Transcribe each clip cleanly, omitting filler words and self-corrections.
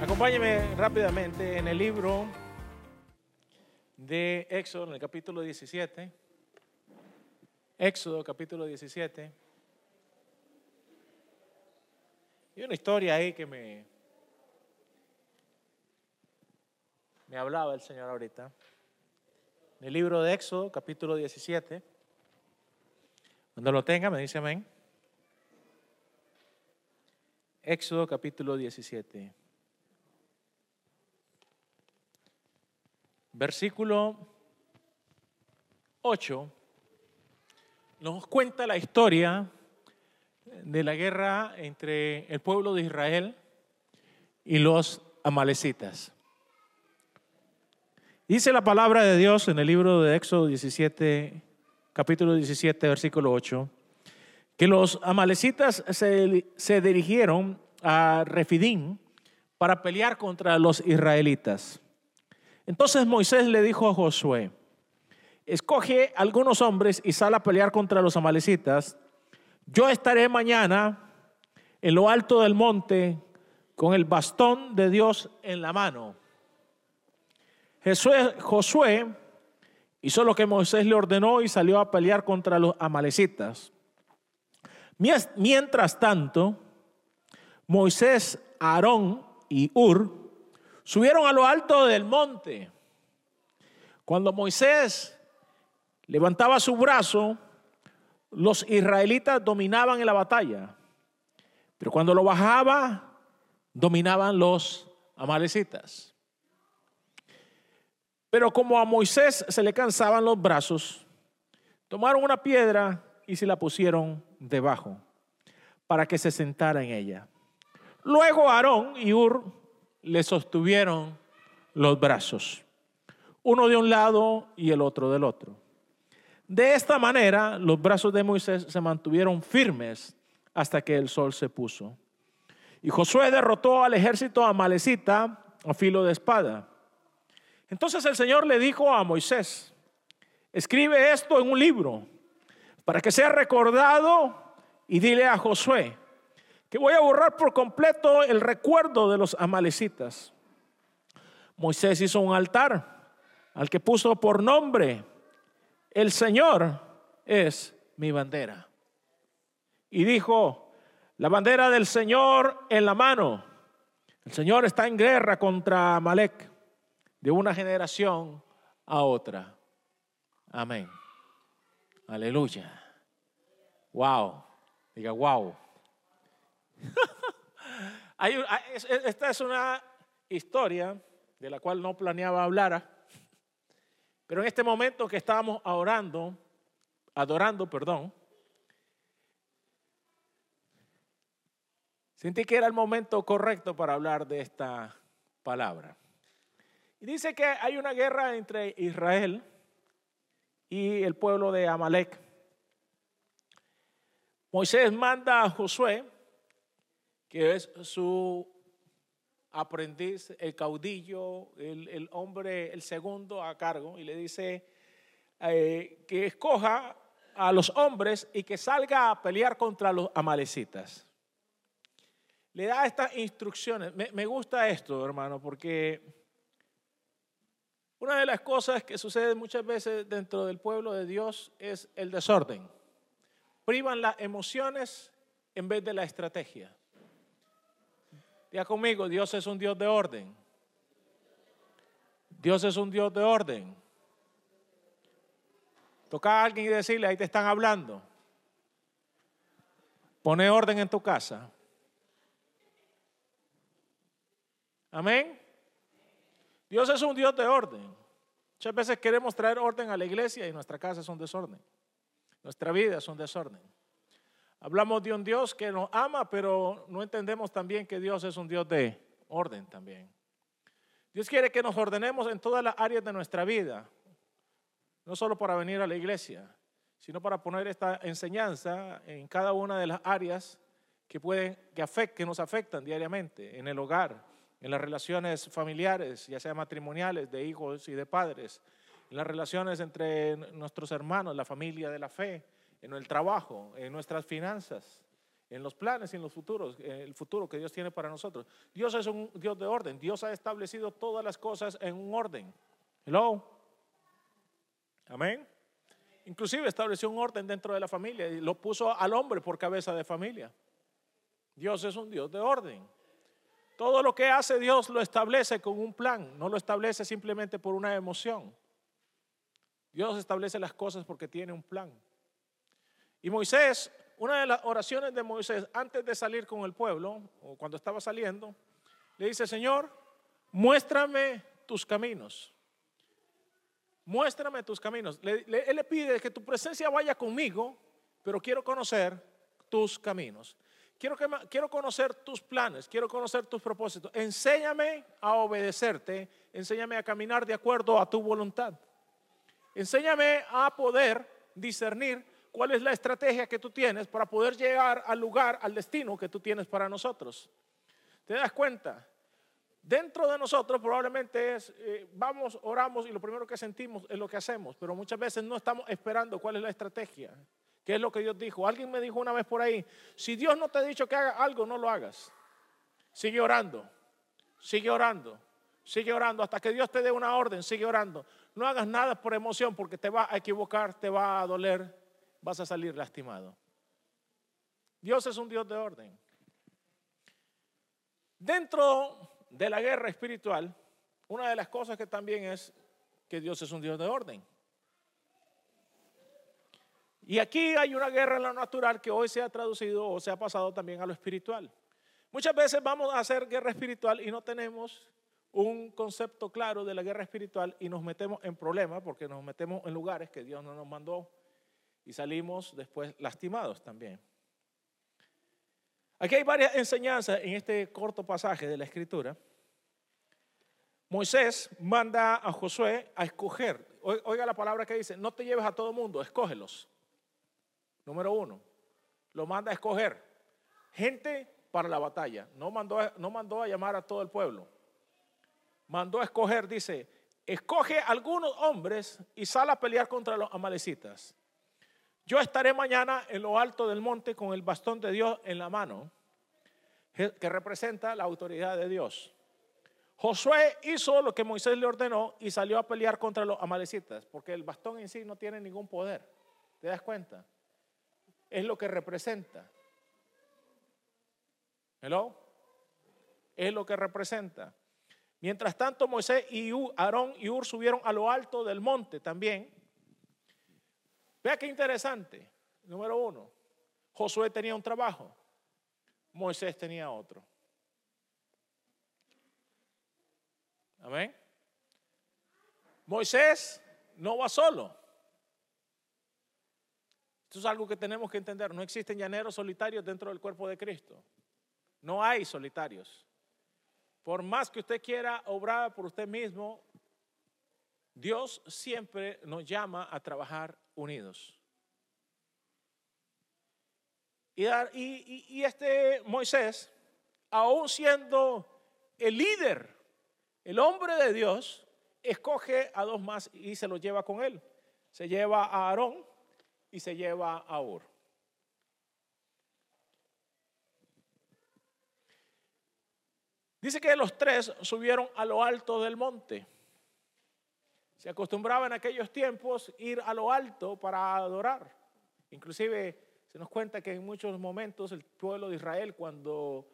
Acompáñeme rápidamente en el libro de Éxodo, en el capítulo 17. Éxodo, capítulo 17. Hay una historia ahí que me hablaba el Señor ahorita. En el libro de Éxodo, capítulo 17. Cuando lo tenga, me dice amén. Éxodo, capítulo 17. Versículo 8 nos cuenta la historia de la guerra entre el pueblo de Israel y los amalecitas. Dice la palabra de Dios en el libro de Éxodo 17, capítulo 17, versículo 8, que los amalecitas se dirigieron a Refidim para pelear contra los israelitas. Entonces Moisés le dijo a Josué: escoge algunos hombres y sal a pelear contra los amalecitas. Yo estaré mañana en lo alto del monte con el bastón de Dios en la mano. Josué hizo lo que Moisés le ordenó y salió a pelear contra los amalecitas. Mientras tanto, Moisés, Aarón y Hur subieron a lo alto del monte. Cuando Moisés levantaba su brazo, los israelitas dominaban en la batalla. Pero cuando lo bajaba, dominaban los amalecitas. Pero como a Moisés se le cansaban los brazos, tomaron una piedra y se la pusieron debajo para que se sentara en ella. Luego Aarón y Hur le sostuvieron los brazos, uno de un lado y el otro del otro. De esta manera, los brazos de Moisés se mantuvieron firmes hasta que el sol se puso. Y Josué derrotó al ejército amalecita a filo de espada. Entonces el Señor le dijo a Moisés: escribe esto en un libro para que sea recordado, y dile a Josué que voy a borrar por completo el recuerdo de los amalecitas. Moisés hizo un altar al que puso por nombre: el Señor es mi bandera. Y dijo: la bandera del Señor en la mano. El Señor está en guerra contra Amalec de una generación a otra. Amén. Aleluya. Wow. Diga wow. Esta es una historia de la cual no planeaba hablar, pero en este momento que estábamos adorando, sentí que era el momento correcto para hablar de esta palabra. Y dice que hay una guerra entre Israel y el pueblo de Amalec. Moisés manda a Josué, que es su aprendiz, el caudillo, el hombre, el segundo a cargo, y le dice que escoja a los hombres y que salga a pelear contra los amalecitas. Le da estas instrucciones. Me gusta esto, hermano, porque una de las cosas que sucede muchas veces dentro del pueblo de Dios es el desorden. Privan las emociones en vez de la estrategia. Diga conmigo: Dios es un Dios de orden. Dios es un Dios de orden. Toca a alguien y decirle: ahí te están hablando. Pone orden en tu casa. Amén. Dios es un Dios de orden. Muchas veces queremos traer orden a la iglesia y nuestra casa es un desorden. Nuestra vida es un desorden. Hablamos de un Dios que nos ama, pero no entendemos también que Dios es un Dios de orden también. Dios quiere que nos ordenemos en todas las áreas de nuestra vida, no solo para venir a la iglesia, sino para poner esta enseñanza en cada una de las áreas que nos afectan diariamente, en el hogar, en las relaciones familiares, ya sea matrimoniales, de hijos y de padres, en las relaciones entre nuestros hermanos, la familia de la fe, en el trabajo, en nuestras finanzas, en los planes y en los futuros, en el futuro que Dios tiene para nosotros. Dios es un Dios de orden. Dios ha establecido todas las cosas en un orden. Hello. Amén. Inclusive estableció un orden dentro de la familia y lo puso al hombre por cabeza de familia. Dios es un Dios de orden. Todo lo que hace Dios lo establece con un plan, no lo establece simplemente por una emoción. Dios establece las cosas porque tiene un plan. Y Moisés, una de las oraciones de Moisés antes de salir con el pueblo, o cuando estaba saliendo, le dice: Señor, muéstrame tus caminos. Muéstrame tus caminos. Él le pide que tu presencia vaya conmigo, pero quiero conocer tus caminos. Quiero conocer tus planes, quiero conocer tus propósitos. Enséñame a obedecerte, enséñame a caminar de acuerdo a tu voluntad. Enséñame a poder discernir cuál es la estrategia que tú tienes para poder llegar al lugar, al destino que tú tienes para nosotros. ¿Te das cuenta? Dentro de nosotros probablemente es, vamos, oramos y lo primero que sentimos es lo que hacemos, pero muchas veces no estamos esperando cuál es la estrategia, qué es lo que Dios dijo. Alguien me dijo una vez por ahí: si Dios no te ha dicho que haga algo, no lo hagas. Sigue orando, sigue orando, sigue orando hasta que Dios te dé una orden, sigue orando. No hagas nada por emoción porque te va a equivocar, te va a doler, vas a salir lastimado. Dios es un Dios de orden. Dentro de la guerra espiritual, una de las cosas que también es que Dios es un Dios de orden. Y aquí hay una guerra en lo natural que hoy se ha traducido o se ha pasado también a lo espiritual. Muchas veces vamos a hacer guerra espiritual y no tenemos un concepto claro de la guerra espiritual y nos metemos en problemas porque nos metemos en lugares que Dios no nos mandó y salimos después lastimados también. Aquí hay varias enseñanzas en este corto pasaje de la Escritura. Moisés manda a Josué a escoger. Oiga la palabra que dice: no te lleves a todo mundo, escógelos. Número 1, lo manda a escoger gente para la batalla. No mandó a llamar a todo el pueblo. Mandó a escoger, dice: escoge algunos hombres y sal a pelear contra los amalecitas. Yo estaré mañana en lo alto del monte con el bastón de Dios en la mano, que representa la autoridad de Dios. Josué hizo lo que Moisés le ordenó y salió a pelear contra los amalecitas, porque el bastón en sí no tiene ningún poder. ¿Te das cuenta? Es lo que representa. ¿Hello? Es lo que representa. Mientras tanto, Moisés y Aarón y Hur subieron a lo alto del monte también. Vea qué interesante. Número 1, Josué tenía un trabajo, Moisés tenía otro. Amén. Moisés no va solo. Esto es algo que tenemos que entender. No existen llaneros solitarios dentro del cuerpo de Cristo. No hay solitarios. Por más que usted quiera obrar por usted mismo, Dios siempre nos llama a trabajar unidos. Y este Moisés, aún siendo el líder, el hombre de Dios, escoge a 2 más y se los lleva con él. Se lleva a Aarón y se lleva a Hur. Dice que los 3 subieron a lo alto del monte. Se acostumbraba en aquellos tiempos ir a lo alto para adorar. Inclusive se nos cuenta que en muchos momentos el pueblo de Israel, cuando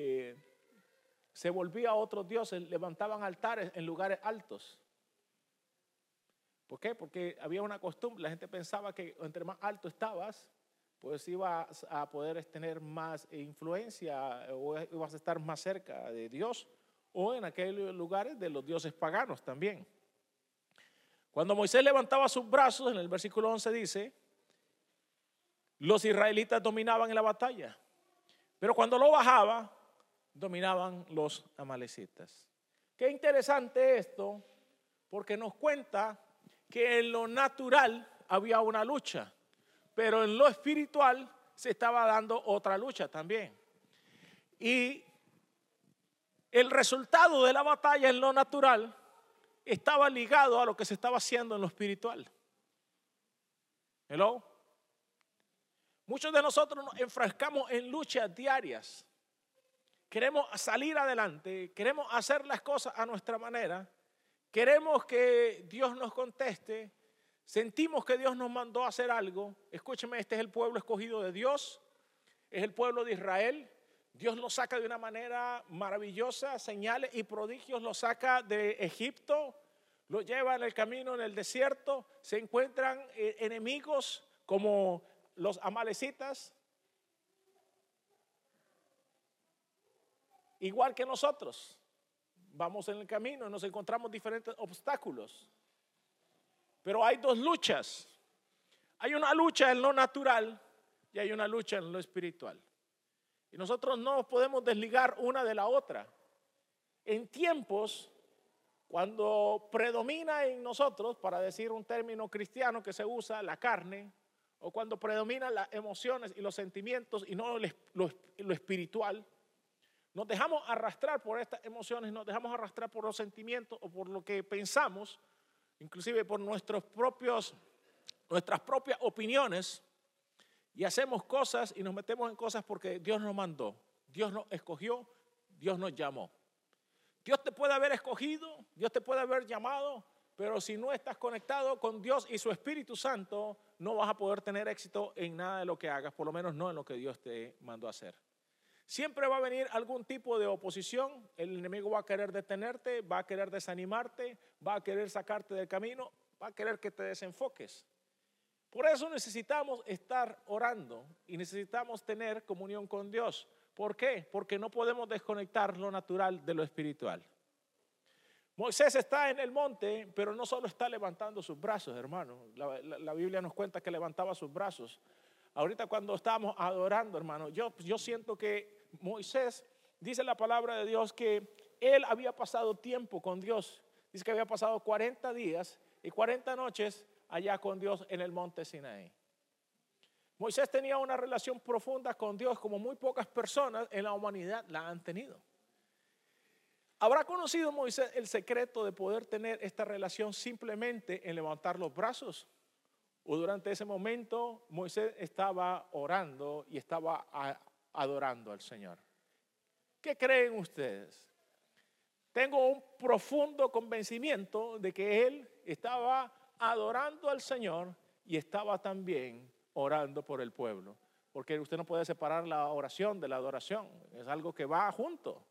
se volvía a otros dioses, levantaban altares en lugares altos. ¿Por qué? Porque había una costumbre. La gente pensaba que entre más alto estabas, pues ibas a poder tener más influencia o ibas a estar más cerca de Dios, o en aquellos lugares de los dioses paganos también. Cuando Moisés levantaba sus brazos, en el versículo 11 dice, los israelitas dominaban en la batalla, pero cuando lo bajaba, dominaban los amalecitas. Qué interesante esto, porque nos cuenta que en lo natural había una lucha, pero en lo espiritual se estaba dando otra lucha también. Y el resultado de la batalla en lo natural estaba ligado a lo que se estaba haciendo en lo espiritual. Hello. Muchos de nosotros nos enfrascamos en luchas diarias. Queremos salir adelante, queremos hacer las cosas a nuestra manera, queremos que Dios nos conteste, sentimos que Dios nos mandó a hacer algo. Escúcheme, este es el pueblo escogido de Dios, es el pueblo de Israel. Dios los saca de una manera maravillosa, señales y prodigios, los saca de Egipto, los lleva en el camino en el desierto, se encuentran enemigos como los amalecitas, igual que nosotros. Vamos en el camino y nos encontramos diferentes obstáculos. Pero hay dos luchas. Hay una lucha en lo natural y hay una lucha en lo espiritual. Y nosotros no podemos desligar una de la otra. En tiempos, cuando predomina en nosotros, para decir un término cristiano que se usa, la carne, o cuando predominan las emociones y los sentimientos y no lo espiritual, nos dejamos arrastrar por estas emociones, nos dejamos arrastrar por los sentimientos o por lo que pensamos, inclusive por nuestras propias opiniones, y hacemos cosas y nos metemos en cosas porque Dios nos mandó, Dios nos escogió, Dios nos llamó. Dios te puede haber escogido, Dios te puede haber llamado, pero si no estás conectado con Dios y su Espíritu Santo, no vas a poder tener éxito en nada de lo que hagas, por lo menos no en lo que Dios te mandó a hacer. Siempre va a venir algún tipo de oposición. El enemigo va a querer detenerte, va a querer desanimarte, va a querer sacarte del camino, va a querer que te desenfoques. Por eso necesitamos estar orando y necesitamos tener comunión con Dios. ¿Por qué? Porque no podemos desconectar lo natural de lo espiritual. Moisés está en el monte, pero no solo está levantando sus brazos, hermano. La Biblia nos cuenta que levantaba sus brazos. Ahorita cuando estábamos adorando, hermano, yo siento que Moisés, dice la palabra de Dios que él había pasado tiempo con Dios. Dice que había pasado 40 días y 40 noches allá con Dios en el monte Sinaí. Moisés tenía una relación profunda con Dios como muy pocas personas en la humanidad la han tenido. ¿Habrá conocido Moisés el secreto de poder tener esta relación simplemente en levantar los brazos? ¿O durante ese momento Moisés estaba orando y estaba adorando al Señor? ¿Qué creen ustedes? Tengo un profundo convencimiento de que él estaba adorando al Señor y estaba también orando por el pueblo. Porque usted no puede separar la oración de la adoración. Es algo que va junto.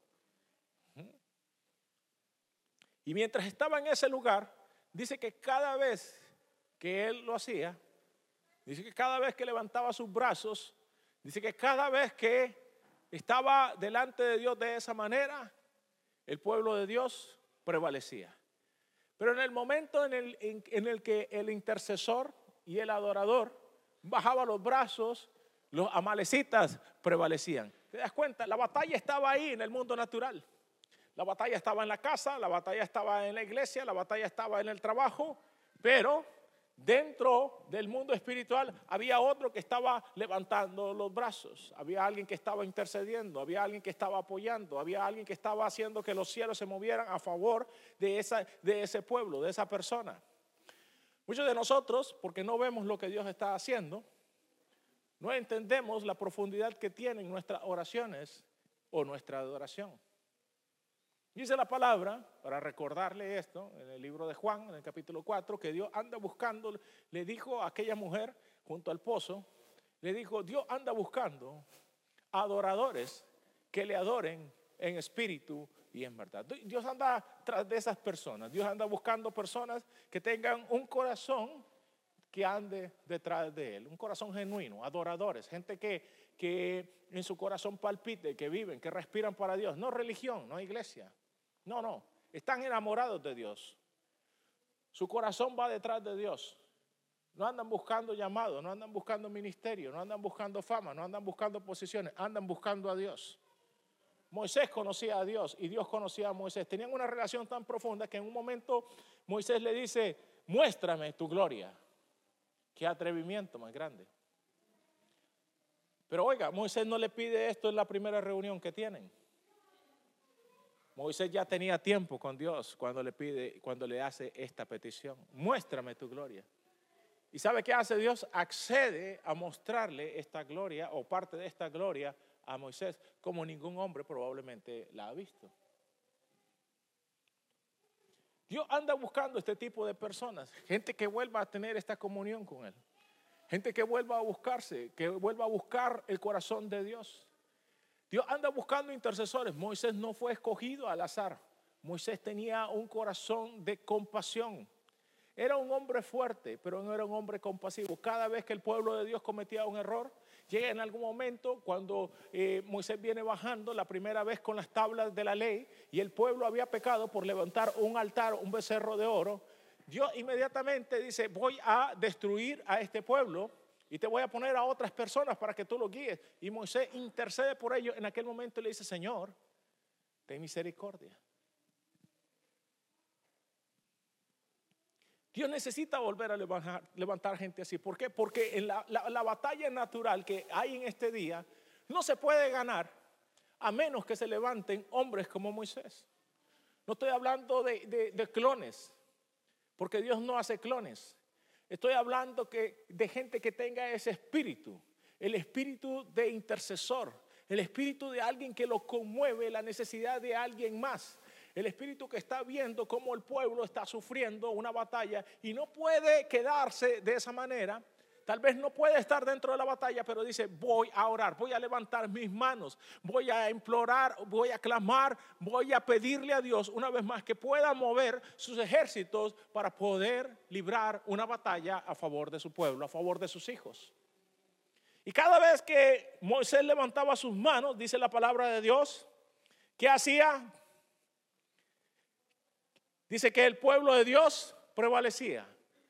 Y mientras estaba en ese lugar, dice que cada vez que él lo hacía, dice que cada vez que levantaba sus brazos, dice que cada vez que estaba delante de Dios de esa manera, el pueblo de Dios prevalecía. Pero en el momento en el que el intercesor y el adorador bajaba los brazos, los amalecitas prevalecían. ¿Te das cuenta? La batalla estaba ahí en el mundo natural. La batalla estaba en la casa, la batalla estaba en la iglesia, la batalla estaba en el trabajo, pero dentro del mundo espiritual había otro que estaba levantando los brazos, había alguien que estaba intercediendo, había alguien que estaba apoyando, había alguien que estaba haciendo que los cielos se movieran a favor de ese pueblo, de esa persona. Muchos de nosotros, porque no vemos lo que Dios está haciendo, no entendemos la profundidad que tienen nuestras oraciones o nuestra adoración. Dice la palabra, para recordarle esto, en el libro de Juan, en el capítulo 4, que Dios anda buscando, le dijo a aquella mujer junto al pozo, le dijo, Dios anda buscando adoradores que le adoren en espíritu y en verdad. Dios anda tras de esas personas, Dios anda buscando personas que tengan un corazón que ande detrás de Él, un corazón genuino, adoradores, gente que en su corazón palpite, que viven, que respiran para Dios, no religión, no iglesia. No, están enamorados de Dios. Su corazón va detrás de Dios. No andan buscando llamados, no andan buscando ministerio, no andan buscando fama, no andan buscando posiciones, andan buscando a Dios. Moisés conocía a Dios y Dios conocía a Moisés. Tenían una relación tan profunda que en un momento Moisés le dice, muéstrame tu gloria. Qué atrevimiento más grande. Pero oiga, Moisés no le pide esto en la primera reunión que tienen. Moisés ya tenía tiempo con Dios cuando le hace esta petición. Muéstrame tu gloria. ¿Y sabe qué hace Dios? Accede a mostrarle esta gloria o parte de esta gloria a Moisés, como ningún hombre probablemente la ha visto. Dios anda buscando este tipo de personas, gente que vuelva a tener esta comunión con Él, gente que vuelva a buscarse, que vuelva a buscar el corazón de Dios. Dios anda buscando intercesores. Moisés no fue escogido al azar. Moisés tenía un corazón de compasión. Era un hombre fuerte, pero no era un hombre compasivo. Cada vez que el pueblo de Dios cometía un error, llega en algún momento cuando Moisés viene bajando la primera vez con las tablas de la ley y el pueblo había pecado por levantar un altar, un becerro de oro. Dios inmediatamente dice: voy a destruir a este pueblo y te voy a poner a otras personas para que tú lo guíes. Y Moisés intercede por ellos. En aquel momento le dice: Señor, ten misericordia. Dios necesita volver a levantar gente así. ¿Por qué? Porque en la batalla natural que hay en este día no se puede ganar a menos que se levanten hombres como Moisés. No estoy hablando de clones, porque Dios no hace clones. Estoy hablando de gente que tenga ese espíritu, el espíritu de intercesor, el espíritu de alguien que lo conmueve la necesidad de alguien más. El espíritu que está viendo cómo el pueblo está sufriendo una batalla y no puede quedarse de esa manera. Tal vez no puede estar dentro de la batalla, pero dice: voy a orar, voy a levantar mis manos, voy a implorar, voy a clamar, voy a pedirle a Dios una vez más que pueda mover sus ejércitos para poder librar una batalla a favor de su pueblo, a favor de sus hijos. Y cada vez que Moisés levantaba sus manos, dice la palabra de Dios, ¿qué hacía? Dice que el pueblo de Dios prevalecía.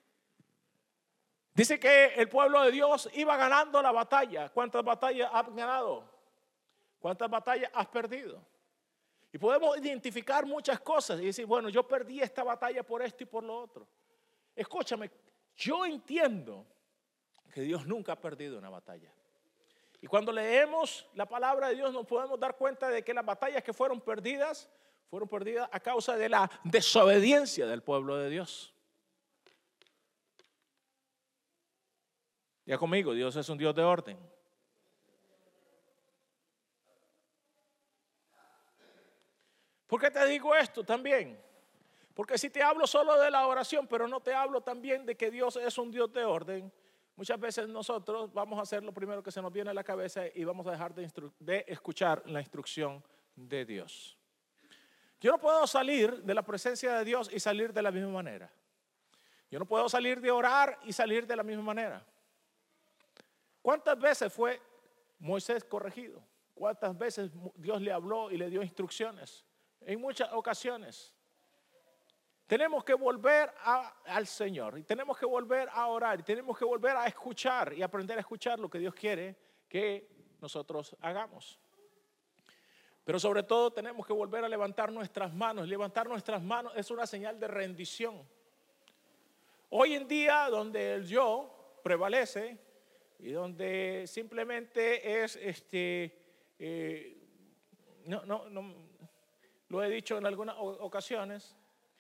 Dice que el pueblo de Dios iba ganando la batalla. ¿Cuántas batallas has ganado? ¿Cuántas batallas has perdido? Y podemos identificar muchas cosas y decir: bueno, yo perdí esta batalla por esto y por lo otro. Escúchame, yo entiendo que Dios nunca ha perdido una batalla. Y cuando leemos la palabra de Dios nos podemos dar cuenta de que las batallas que fueron perdidas a causa de la desobediencia del pueblo de Dios. Ya conmigo, Dios es un Dios de orden. ¿Por qué te digo esto también? Porque si te hablo solo de la oración, pero no te hablo también de que Dios es un Dios de orden, muchas veces nosotros vamos a hacer lo primero que se nos viene a la cabeza y vamos a dejar de escuchar la instrucción de Dios. Yo no puedo salir de la presencia de Dios y salir de la misma manera. Yo no puedo salir de orar y salir de la misma manera. ¿Cuántas veces fue Moisés corregido? ¿Cuántas veces Dios le habló y le dio instrucciones? En muchas ocasiones. Tenemos que volver al Señor y tenemos que volver a orar y tenemos que volver a escuchar y aprender a escuchar lo que Dios quiere que nosotros hagamos. Pero sobre todo tenemos que volver a levantar nuestras manos. Levantar nuestras manos es una señal de rendición. Hoy en día, donde el yo prevalece y donde simplemente es lo he dicho en algunas ocasiones,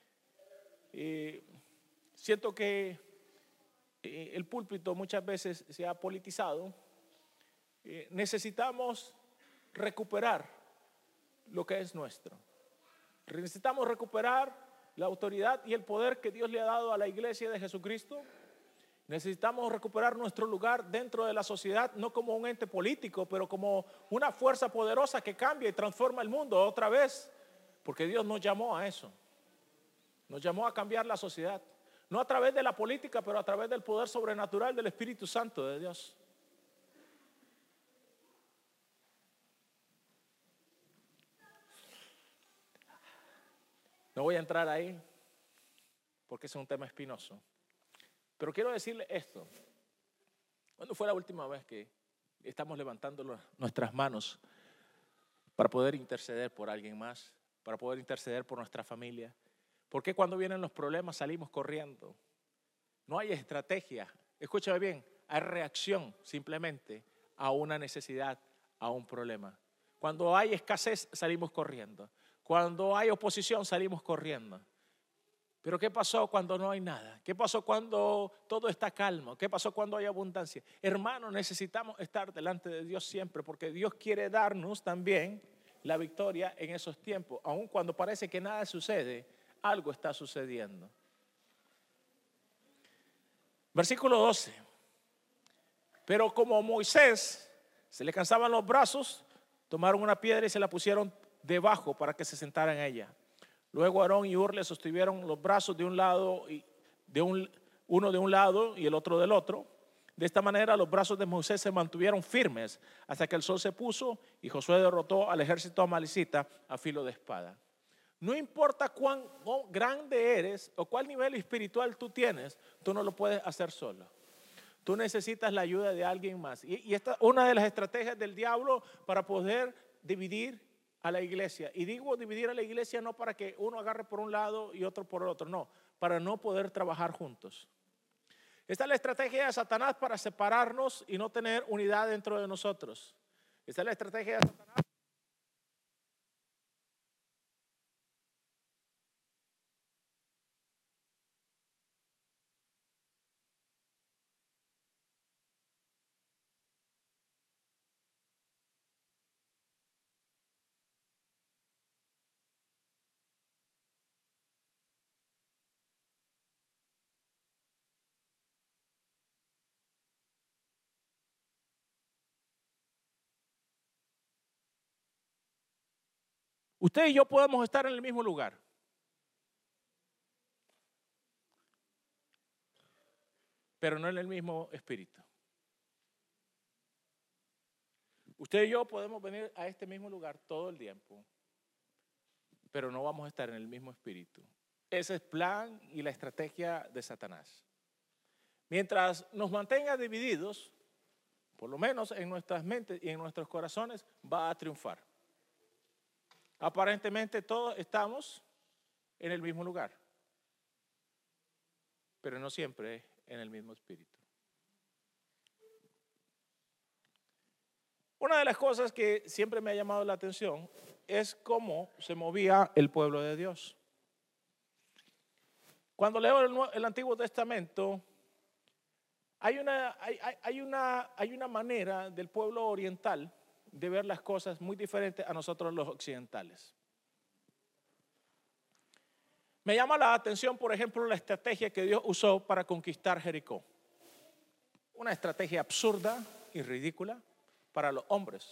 siento que el púlpito muchas veces se ha politizado. Necesitamos recuperar lo que es nuestro. Necesitamos recuperar la autoridad y el poder que Dios le ha dado a la iglesia de Jesucristo. Necesitamos recuperar nuestro lugar dentro de la sociedad, no como un ente político, pero como una fuerza poderosa que cambia y transforma el mundo otra vez, porque Dios nos llamó a eso. Nos llamó a cambiar la sociedad, no a través de la política, pero a través del poder sobrenatural del Espíritu Santo de Dios. No voy a entrar ahí porque es un tema espinoso. Pero quiero decirle esto. ¿Cuándo fue la última vez que estamos levantando nuestras manos para poder interceder por alguien más, para poder interceder por nuestra familia? ¿Por qué cuando vienen los problemas salimos corriendo? No hay estrategia. Escúchame bien, hay reacción simplemente a una necesidad, a un problema. Cuando hay escasez salimos corriendo. Cuando hay oposición salimos corriendo. Pero ¿qué pasó cuando no hay nada? ¿Qué pasó cuando todo está calmo? ¿Qué pasó cuando hay abundancia? Hermanos, necesitamos estar delante de Dios siempre, porque Dios quiere darnos también la victoria en esos tiempos. Aun cuando parece que nada sucede, algo está sucediendo. Versículo 12. Pero como Moisés se le cansaban los brazos, tomaron una piedra y se la pusieron debajo para que se sentara en ella. Luego Aarón y Hur le sostuvieron los brazos de un lado y uno de un lado y el otro del otro. De esta manera los brazos de Moisés se mantuvieron firmes hasta que el sol se puso y Josué derrotó al ejército amalecita a filo de espada. No importa cuán grande eres o cuál nivel espiritual tú tienes, tú no lo puedes hacer solo. Tú necesitas la ayuda de alguien más. Y esta es una de las estrategias del diablo para poder dividir a la iglesia. Y digo dividir a la iglesia no para que uno agarre por un lado y otro por el otro, no, para no poder trabajar juntos. Esta es la estrategia de Satanás para separarnos y no tener unidad dentro de nosotros. Esta es la estrategia de Satanás. Usted y yo podemos estar en el mismo lugar, pero no en el mismo espíritu. Usted y yo podemos venir a este mismo lugar todo el tiempo, pero no vamos a estar en el mismo espíritu. Ese es el plan y la estrategia de Satanás. Mientras nos mantenga divididos, por lo menos en nuestras mentes y en nuestros corazones, va a triunfar. Aparentemente todos estamos en el mismo lugar, pero no siempre en el mismo espíritu. Una de las cosas que siempre me ha llamado la atención es cómo se movía el pueblo de Dios. Cuando leo el Antiguo Testamento, hay una manera del pueblo oriental de ver las cosas muy diferentes a nosotros los occidentales. Me llama la atención, por ejemplo, la estrategia que Dios usó para conquistar Jericó. Una estrategia absurda y ridícula para los hombres.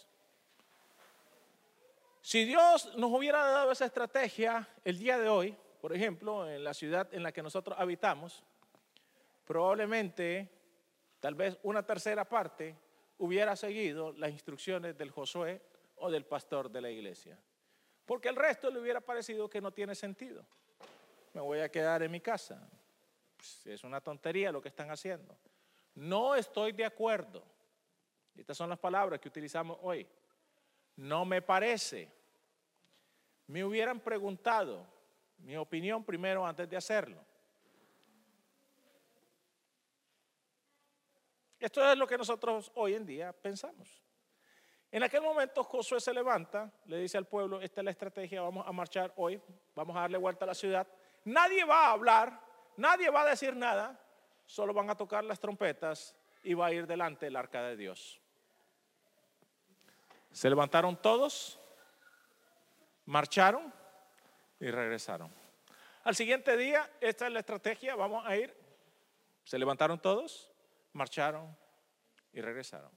Si Dios nos hubiera dado esa estrategia el día de hoy, por ejemplo, en la ciudad en la que nosotros habitamos, probablemente, tal vez una tercera parte hubiera seguido las instrucciones del Josué o del pastor de la iglesia. Porque el resto le hubiera parecido que no tiene sentido. Me voy a quedar en mi casa. Pues es una tontería lo que están haciendo. No estoy de acuerdo. Estas son las palabras que utilizamos hoy. No me parece. Me hubieran preguntado mi opinión primero antes de hacerlo. Esto es lo que nosotros hoy en día pensamos. En aquel momento Josué se levanta, le dice al pueblo, esta es la estrategia, vamos a marchar hoy, vamos a darle vuelta a la ciudad. Nadie va a hablar, nadie va a decir nada, solo van a tocar las trompetas y va a ir delante el arca de Dios. Se levantaron todos, marcharon y regresaron. Al siguiente día, esta es la estrategia, vamos a ir. Se levantaron todos, marcharon y regresaron.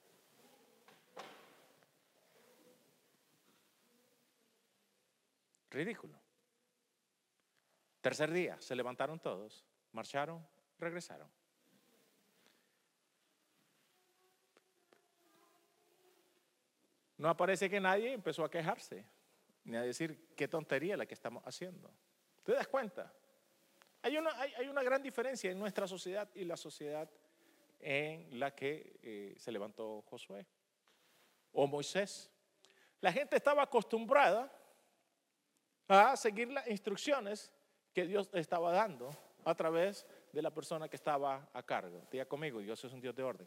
Ridículo. Tercer día, se levantaron todos, marcharon, regresaron. No aparece que nadie empezó a quejarse, ni a decir qué tontería la que estamos haciendo. ¿Te das cuenta? Hay una gran diferencia en nuestra sociedad y la sociedad en la que se levantó Josué o Moisés. La gente estaba acostumbrada a seguir las instrucciones que Dios estaba dando a través de la persona que estaba a cargo. Diga conmigo, Dios es un Dios de orden.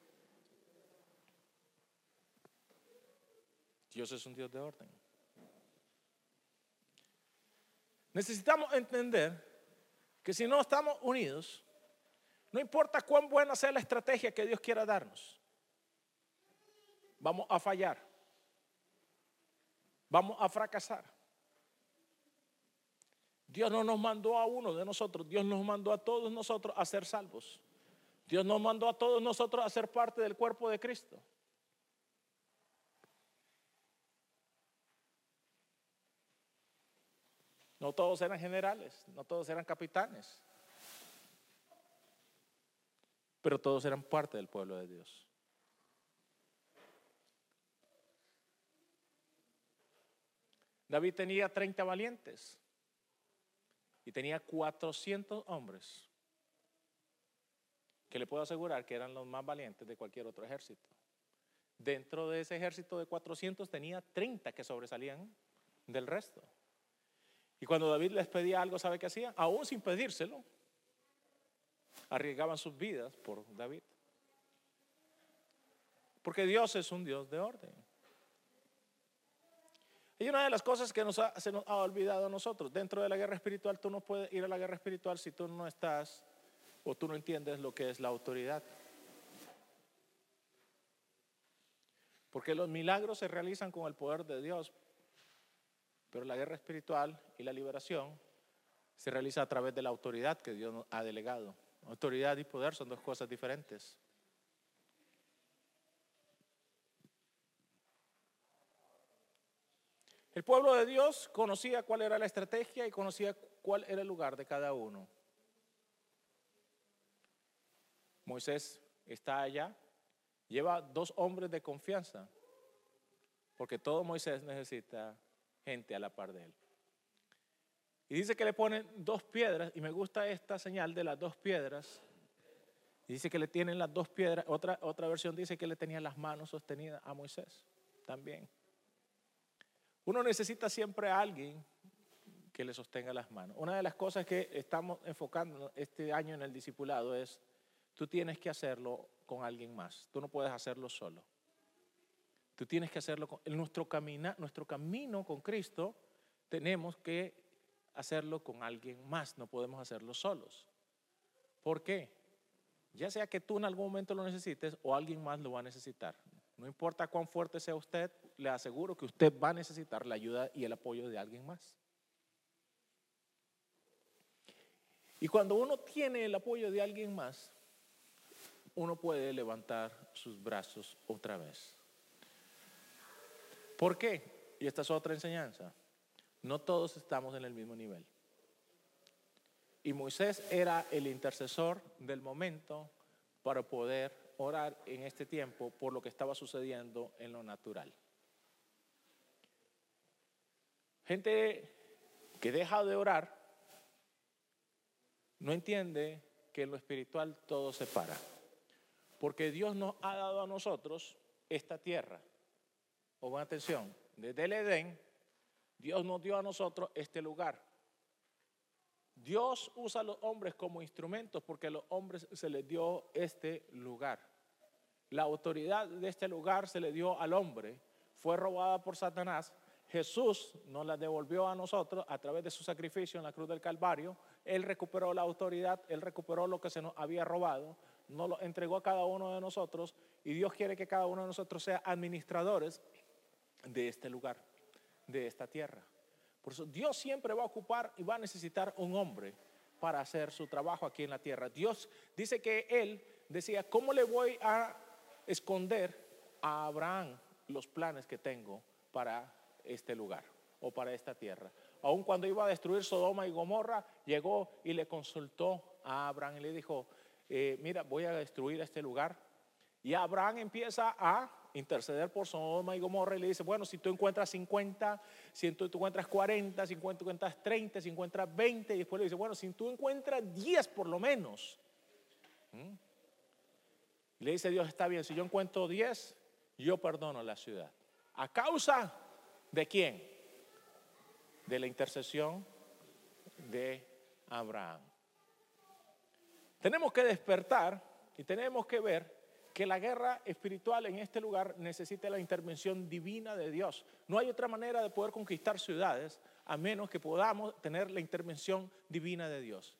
Dios es un Dios de orden. Necesitamos entender que si no estamos unidos, no importa cuán buena sea la estrategia que Dios quiera darnos, vamos a fallar, vamos a fracasar. Dios no nos mandó a uno de nosotros, Dios nos mandó a todos nosotros a ser salvos. Dios nos mandó a todos nosotros a ser parte del cuerpo de Cristo. No todos eran generales, no todos eran capitanes, pero todos eran parte del pueblo de Dios. David tenía 30 valientes y tenía 400 hombres que le puedo asegurar que eran los más valientes de cualquier otro ejército. Dentro de ese ejército de 400 tenía 30 que sobresalían del resto. Y cuando David les pedía algo, ¿sabe qué hacían? Aún sin pedírselo, arriesgaban sus vidas por David. Porque Dios es un Dios de orden. Y una de las cosas que se nos ha olvidado a nosotros, dentro de la guerra espiritual, tú no puedes ir a la guerra espiritual si tú no estás o tú no entiendes lo que es la autoridad. Porque los milagros se realizan con el poder de Dios, pero la guerra espiritual y la liberación se realiza a través de la autoridad que Dios nos ha delegado. Autoridad y poder son dos cosas diferentes. El pueblo de Dios conocía cuál era la estrategia y conocía cuál era el lugar de cada uno. Moisés está allá, lleva 2 hombres de confianza, porque todo Moisés necesita gente a la par de él. Y dice que le ponen 2 piedras, y me gusta esta señal de las 2 piedras. Y dice que le tienen las 2 piedras, otra versión dice que le tenían las manos sostenidas a Moisés también. Uno necesita siempre a alguien que le sostenga las manos. Una de las cosas que estamos enfocando este año en el discipulado es: tú tienes que hacerlo con alguien más. Tú no puedes hacerlo solo. Tú tienes que hacerlo en nuestro camino con Cristo. Tenemos que hacerlo con alguien más. No podemos hacerlo solos. ¿Por qué? Ya sea que tú en algún momento lo necesites o alguien más lo va a necesitar. No importa cuán fuerte sea usted, le aseguro que usted va a necesitar la ayuda y el apoyo de alguien más. Y cuando uno tiene el apoyo de alguien más, uno puede levantar sus brazos otra vez. ¿Por qué? Y esta es otra enseñanza. No todos estamos en el mismo nivel. Y Moisés era el intercesor del momento para poder orar en este tiempo por lo que estaba sucediendo en lo natural. Gente que deja de orar no entiende que en lo espiritual todo se para. Porque Dios nos ha dado a nosotros esta tierra. Pongan atención, desde el Edén, Dios nos dio a nosotros este lugar. Dios usa a los hombres como instrumentos porque a los hombres se les dio este lugar. La autoridad de este lugar se le dio al hombre, fue robada por Satanás. Jesús nos la devolvió a nosotros a través de su sacrificio en la cruz del Calvario. Él recuperó la autoridad, Él recuperó lo que se nos había robado, nos lo entregó a cada uno de nosotros y Dios quiere que cada uno de nosotros sea administradores de este lugar, de esta tierra. Por eso Dios siempre va a ocupar y va a necesitar un hombre para hacer su trabajo aquí en la tierra. Dios dice que Él decía: ¿cómo le voy a esconder a Abraham los planes que tengo para este lugar o para esta tierra? Aun cuando iba a destruir Sodoma y Gomorra, llegó y le consultó a Abraham y le dijo: mira, voy a destruir este lugar. Y Abraham empieza a interceder por Sodoma y Gomorra y le dice: bueno, si tú encuentras 50, si tú encuentras 40, si tú encuentras 30, si encuentras 20, y después le dice: bueno, si tú encuentras 10 por lo menos. Le dice Dios: está bien, si yo encuentro 10, yo perdono la ciudad. ¿A causa de quién? De la intercesión de Abraham. Tenemos que despertar y tenemos que ver que la guerra espiritual en este lugar necesita la intervención divina de Dios. No hay otra manera de poder conquistar ciudades a menos que podamos tener la intervención divina de Dios.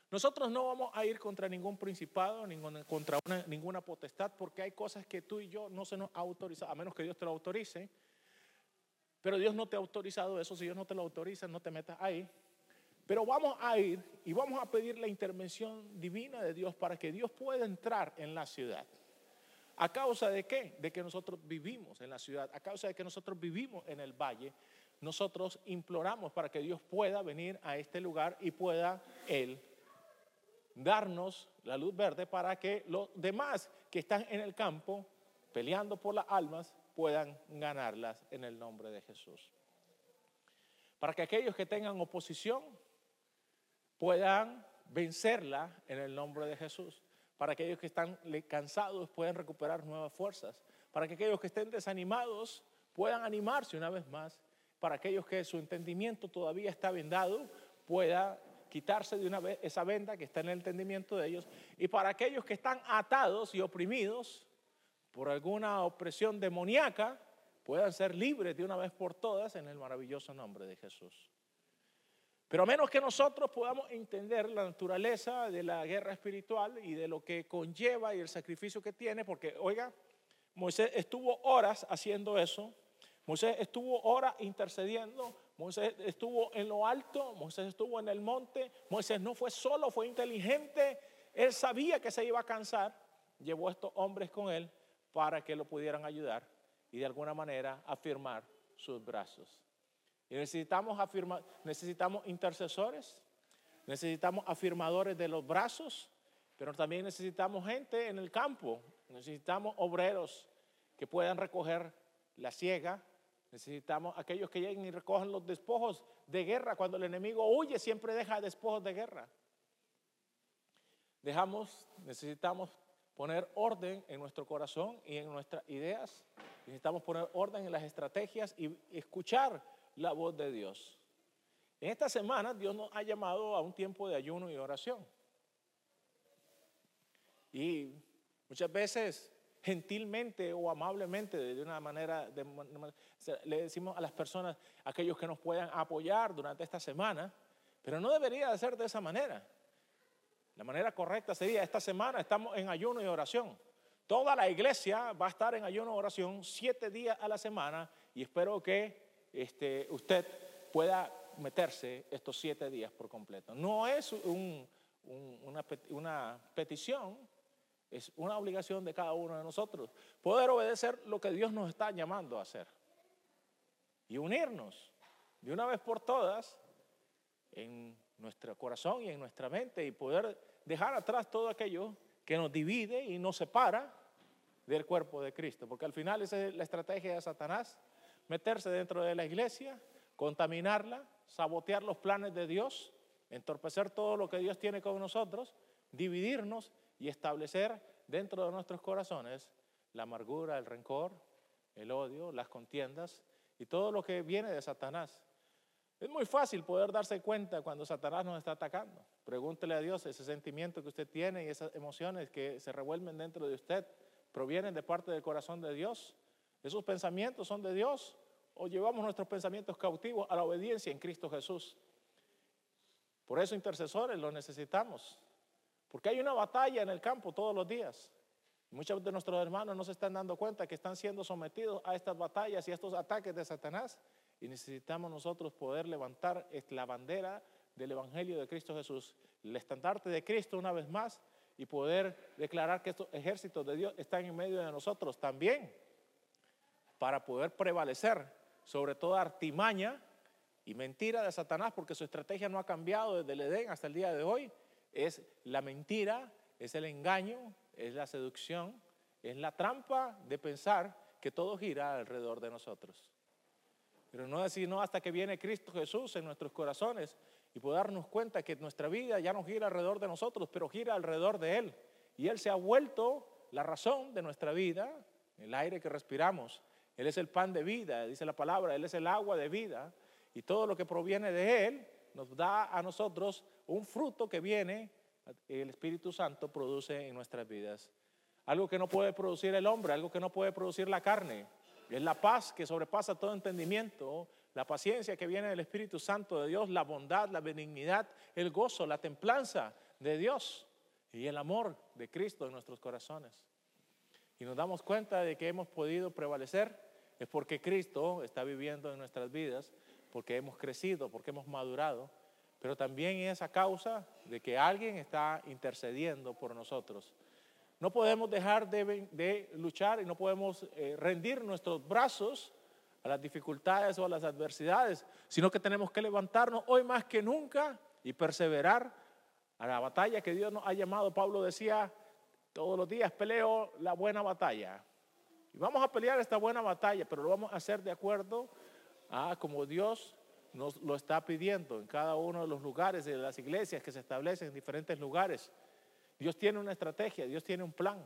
Nosotros no vamos a ir contra ningún principado, ninguna potestad, porque hay cosas que tú y yo no se nos ha autorizado, a menos que Dios te lo autorice. Pero Dios no te ha autorizado eso. Si Dios no te lo autoriza, no te metas ahí. Pero vamos a ir y vamos a pedir la intervención divina de Dios para que Dios pueda entrar en la ciudad. ¿A causa de qué? De que nosotros vivimos en la ciudad. A causa de que nosotros vivimos en el valle. Nosotros imploramos para que Dios pueda venir a este lugar y pueda Él darnos la luz verde para que los demás que están en el campo peleando por las almas puedan ganarlas en el nombre de Jesús. Para que aquellos que tengan oposición puedan vencerla en el nombre de Jesús. Para que aquellos que están cansados puedan recuperar nuevas fuerzas. Para que aquellos que estén desanimados puedan animarse una vez más. Para aquellos que su entendimiento todavía está vendado, pueda quitarse de una vez esa venda que está en el entendimiento de ellos. Y para aquellos que están atados y oprimidos por alguna opresión demoníaca, puedan ser libres de una vez por todas en el maravilloso nombre de Jesús. Pero a menos que nosotros podamos entender la naturaleza de la guerra espiritual y de lo que conlleva y el sacrificio que tiene, porque oiga, Moisés estuvo horas haciendo eso, Moisés estuvo horas intercediendo, Moisés estuvo en lo alto, Moisés estuvo en el monte, Moisés no fue solo, fue inteligente, él sabía que se iba a cansar, llevó a estos hombres con él para que lo pudieran ayudar y de alguna manera afirmar sus brazos. Y necesitamos intercesores, necesitamos afirmadores de los brazos, pero también necesitamos gente en el campo, necesitamos obreros que puedan recoger la siega, necesitamos aquellos que lleguen y recojan los despojos de guerra. Cuando el enemigo huye, siempre deja despojos de guerra. Necesitamos poner orden en nuestro corazón y en nuestras ideas, necesitamos poner orden en las estrategias y escuchar la voz de Dios. En esta semana Dios nos ha llamado a un tiempo de ayuno y oración. Y muchas veces gentilmente o amablemente, de una manera, le decimos a las personas, aquellos que nos puedan apoyar durante esta semana, pero no debería de ser de esa manera. La manera correcta sería: esta semana estamos en ayuno y oración. Toda la iglesia va a estar en ayuno y oración 7 días a la semana, y espero que usted pueda meterse estos 7 días por completo. No es una petición, es una obligación de cada uno de nosotros poder obedecer lo que Dios nos está llamando a hacer y unirnos de una vez por todas en nuestro corazón y en nuestra mente, y poder dejar atrás todo aquello que nos divide y nos separa del cuerpo de Cristo, porque al final esa es la estrategia de Satanás: meterse dentro de la iglesia, contaminarla, sabotear los planes de Dios, entorpecer todo lo que Dios tiene con nosotros, dividirnos y establecer dentro de nuestros corazones la amargura, el rencor, el odio, las contiendas y todo lo que viene de Satanás. Es muy fácil poder darse cuenta cuando Satanás nos está atacando. Pregúntele a Dios: ese sentimiento que usted tiene y esas emociones que se revuelven dentro de usted, ¿provienen de parte del corazón de Dios? ¿Esos pensamientos son de Dios? ¿O llevamos nuestros pensamientos cautivos a la obediencia en Cristo Jesús? Por eso intercesores los necesitamos, porque hay una batalla en el campo todos los días. Muchos de nuestros hermanos no se están dando cuenta que están siendo sometidos a estas batallas y a estos ataques de Satanás, y necesitamos nosotros poder levantar la bandera del Evangelio de Cristo Jesús, el estandarte de Cristo una vez más, y poder declarar que estos ejércitos de Dios están en medio de nosotros también, para poder prevalecer sobre toda artimaña y mentira de Satanás, porque su estrategia no ha cambiado desde el Edén hasta el día de hoy. Es la mentira, es el engaño, es la seducción, es la trampa de pensar que todo gira alrededor de nosotros. Pero no decir no hasta que viene Cristo Jesús en nuestros corazones y poder darnos cuenta que nuestra vida ya no gira alrededor de nosotros, pero gira alrededor de Él. Y Él se ha vuelto la razón de nuestra vida, el aire que respiramos. Él es el pan de vida, dice la palabra, Él es el agua de vida. Y todo lo que proviene de Él nos da a nosotros un fruto que viene, el Espíritu Santo produce en nuestras vidas. Algo que no puede producir el hombre, algo que no puede producir la carne. Es la paz que sobrepasa todo entendimiento, la paciencia que viene del Espíritu Santo de Dios, la bondad, la benignidad, el gozo, la templanza. de Dios y el amor de Cristo en nuestros corazones. Y nos damos cuenta de que hemos podido prevalecer es porque Cristo está viviendo en nuestras vidas, porque hemos crecido, porque hemos madurado, pero también es a causa de que alguien está intercediendo por nosotros. No podemos dejar de luchar y no podemos rendir nuestros brazos a las dificultades o a las adversidades, sino que tenemos que levantarnos hoy más que nunca y perseverar a la batalla que Dios nos ha llamado. Pablo decía, todos los días peleo la buena batalla. Y vamos a pelear esta buena batalla, pero lo vamos a hacer de acuerdo a como Dios nos lo está pidiendo en cada uno de los lugares de las iglesias que se establecen en diferentes lugares. Dios tiene una estrategia, Dios tiene un plan.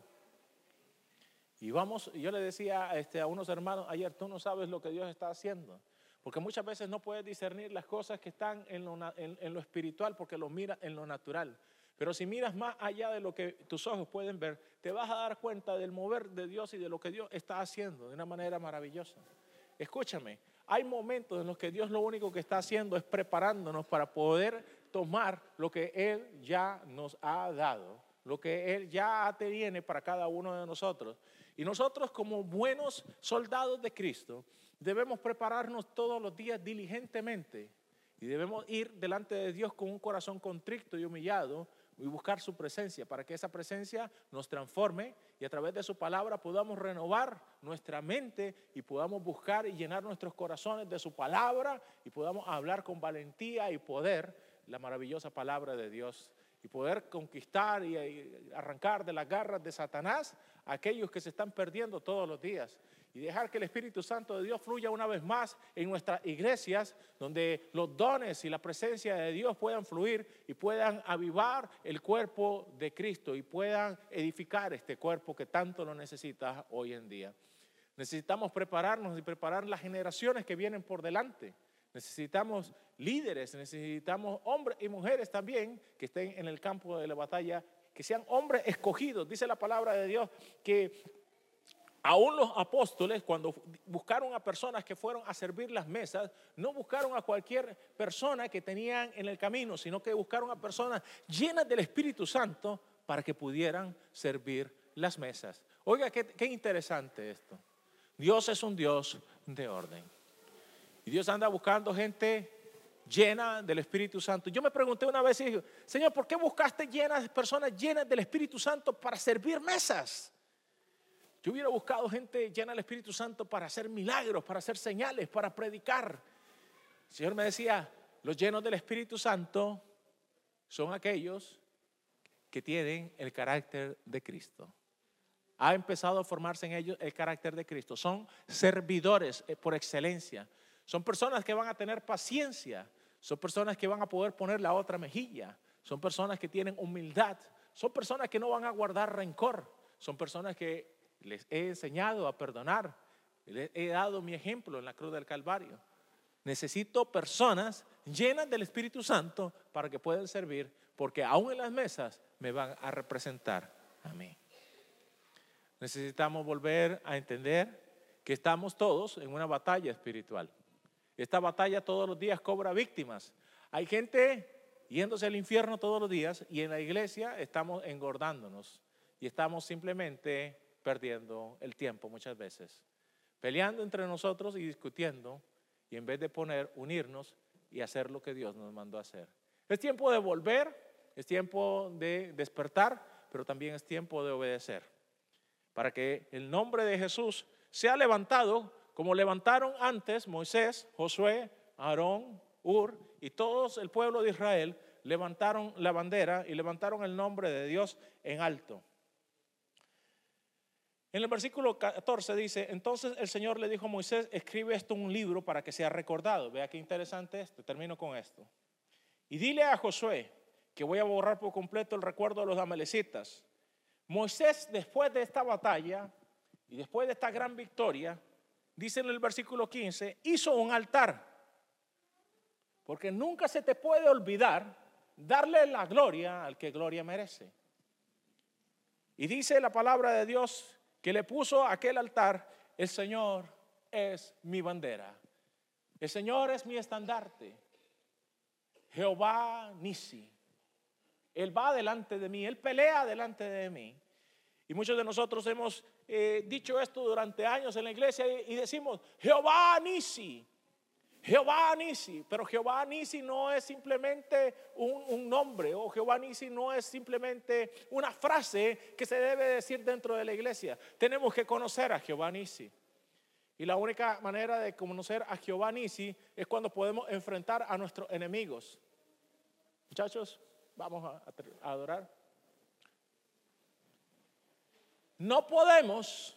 Y yo le decía a unos hermanos ayer, tú no sabes lo que Dios está haciendo, porque muchas veces no puedes discernir las cosas que están en lo espiritual porque lo miras en lo natural. Pero si miras más allá de lo que tus ojos pueden ver, te vas a dar cuenta del mover de Dios y de lo que Dios está haciendo de una manera maravillosa. Escúchame, hay momentos en los que Dios lo único que está haciendo es preparándonos para poder tomar lo que Él ya nos ha dado, lo que Él ya tiene para cada uno de nosotros. Y nosotros como buenos soldados de Cristo debemos prepararnos todos los días diligentemente y debemos ir delante de Dios con un corazón contrito y humillado y buscar su presencia para que esa presencia nos transforme y a través de su palabra podamos renovar nuestra mente y podamos buscar y llenar nuestros corazones de su palabra y podamos hablar con valentía y poder la maravillosa palabra de Dios y poder conquistar y arrancar de las garras de Satanás a aquellos que se están perdiendo todos los días y dejar que el Espíritu Santo de Dios fluya una vez más en nuestras iglesias, donde los dones y la presencia de Dios puedan fluir y puedan avivar el cuerpo de Cristo y puedan edificar este cuerpo que tanto lo necesita hoy en día. Necesitamos prepararnos y preparar las generaciones que vienen por delante. Necesitamos líderes, necesitamos hombres y mujeres también que estén en el campo de la batalla, que sean hombres escogidos. Dice la palabra de Dios que aún los apóstoles, cuando buscaron a personas que fueron a servir las mesas, no buscaron a cualquier persona que tenían en el camino, sino que buscaron a personas llenas del Espíritu Santo para que pudieran servir las mesas. Oiga, qué interesante esto. Dios es un Dios de orden. Y Dios anda buscando gente llena del Espíritu Santo. Yo me pregunté una vez y dije, Señor, ¿por qué buscaste personas llenas del Espíritu Santo para servir mesas? Yo hubiera buscado gente llena del Espíritu Santo para hacer milagros, para hacer señales, para predicar. El Señor me decía, los llenos del Espíritu Santo son aquellos que tienen el carácter de Cristo. Ha empezado a formarse en ellos el carácter de Cristo. Son servidores por excelencia. Son personas que van a tener paciencia. Son personas que van a poder poner la otra mejilla. Son personas que tienen humildad. Son personas que no van a guardar rencor. Son personas que les he enseñado a perdonar. Les he dado mi ejemplo en la cruz del Calvario. Necesito personas llenas del Espíritu Santo para que puedan servir, porque aún en las mesas me van a representar a mí. Necesitamos volver a entender que estamos todos en una batalla espiritual. Esta batalla todos los días cobra víctimas. Hay gente yéndose al infierno todos los días y en la iglesia estamos engordándonos y estamos simplemente perdiendo el tiempo muchas veces, peleando entre nosotros y discutiendo, y en vez de unirnos y hacer lo que Dios nos mandó a hacer. Es tiempo de volver, es tiempo de despertar, pero también es tiempo de obedecer, para que el nombre de Jesús sea levantado como levantaron antes Moisés, Josué, Aarón, Hur y todo el pueblo de Israel. Levantaron la bandera y levantaron el nombre de Dios en alto. En el versículo 14 dice, entonces el Señor le dijo a Moisés, escribe esto en un libro para que sea recordado. Vea qué interesante esto, termino con esto. Y dile a Josué que voy a borrar por completo el recuerdo de los amalecitas. Moisés, después de esta batalla y después de esta gran victoria, dice en el versículo 15, hizo un altar. Porque nunca se te puede olvidar darle la gloria al que gloria merece. Y dice la palabra de Dios que le puso a aquel altar, el Señor es mi bandera, el Señor es mi estandarte, Jehová Nisi, Él va delante de mí, Él pelea delante de mí. Y muchos de nosotros hemos dicho esto durante años en la iglesia y decimos, Jehová Nisi. Jehová Nisi, pero Jehová Nisi no es simplemente un nombre, o Jehová Nisi no es simplemente una frase que se debe decir dentro de la iglesia. Tenemos que conocer a Jehová Nisi. Y la única manera de conocer a Jehová Nisi es cuando podemos enfrentar a nuestros enemigos. Muchachos, vamos a adorar. No podemos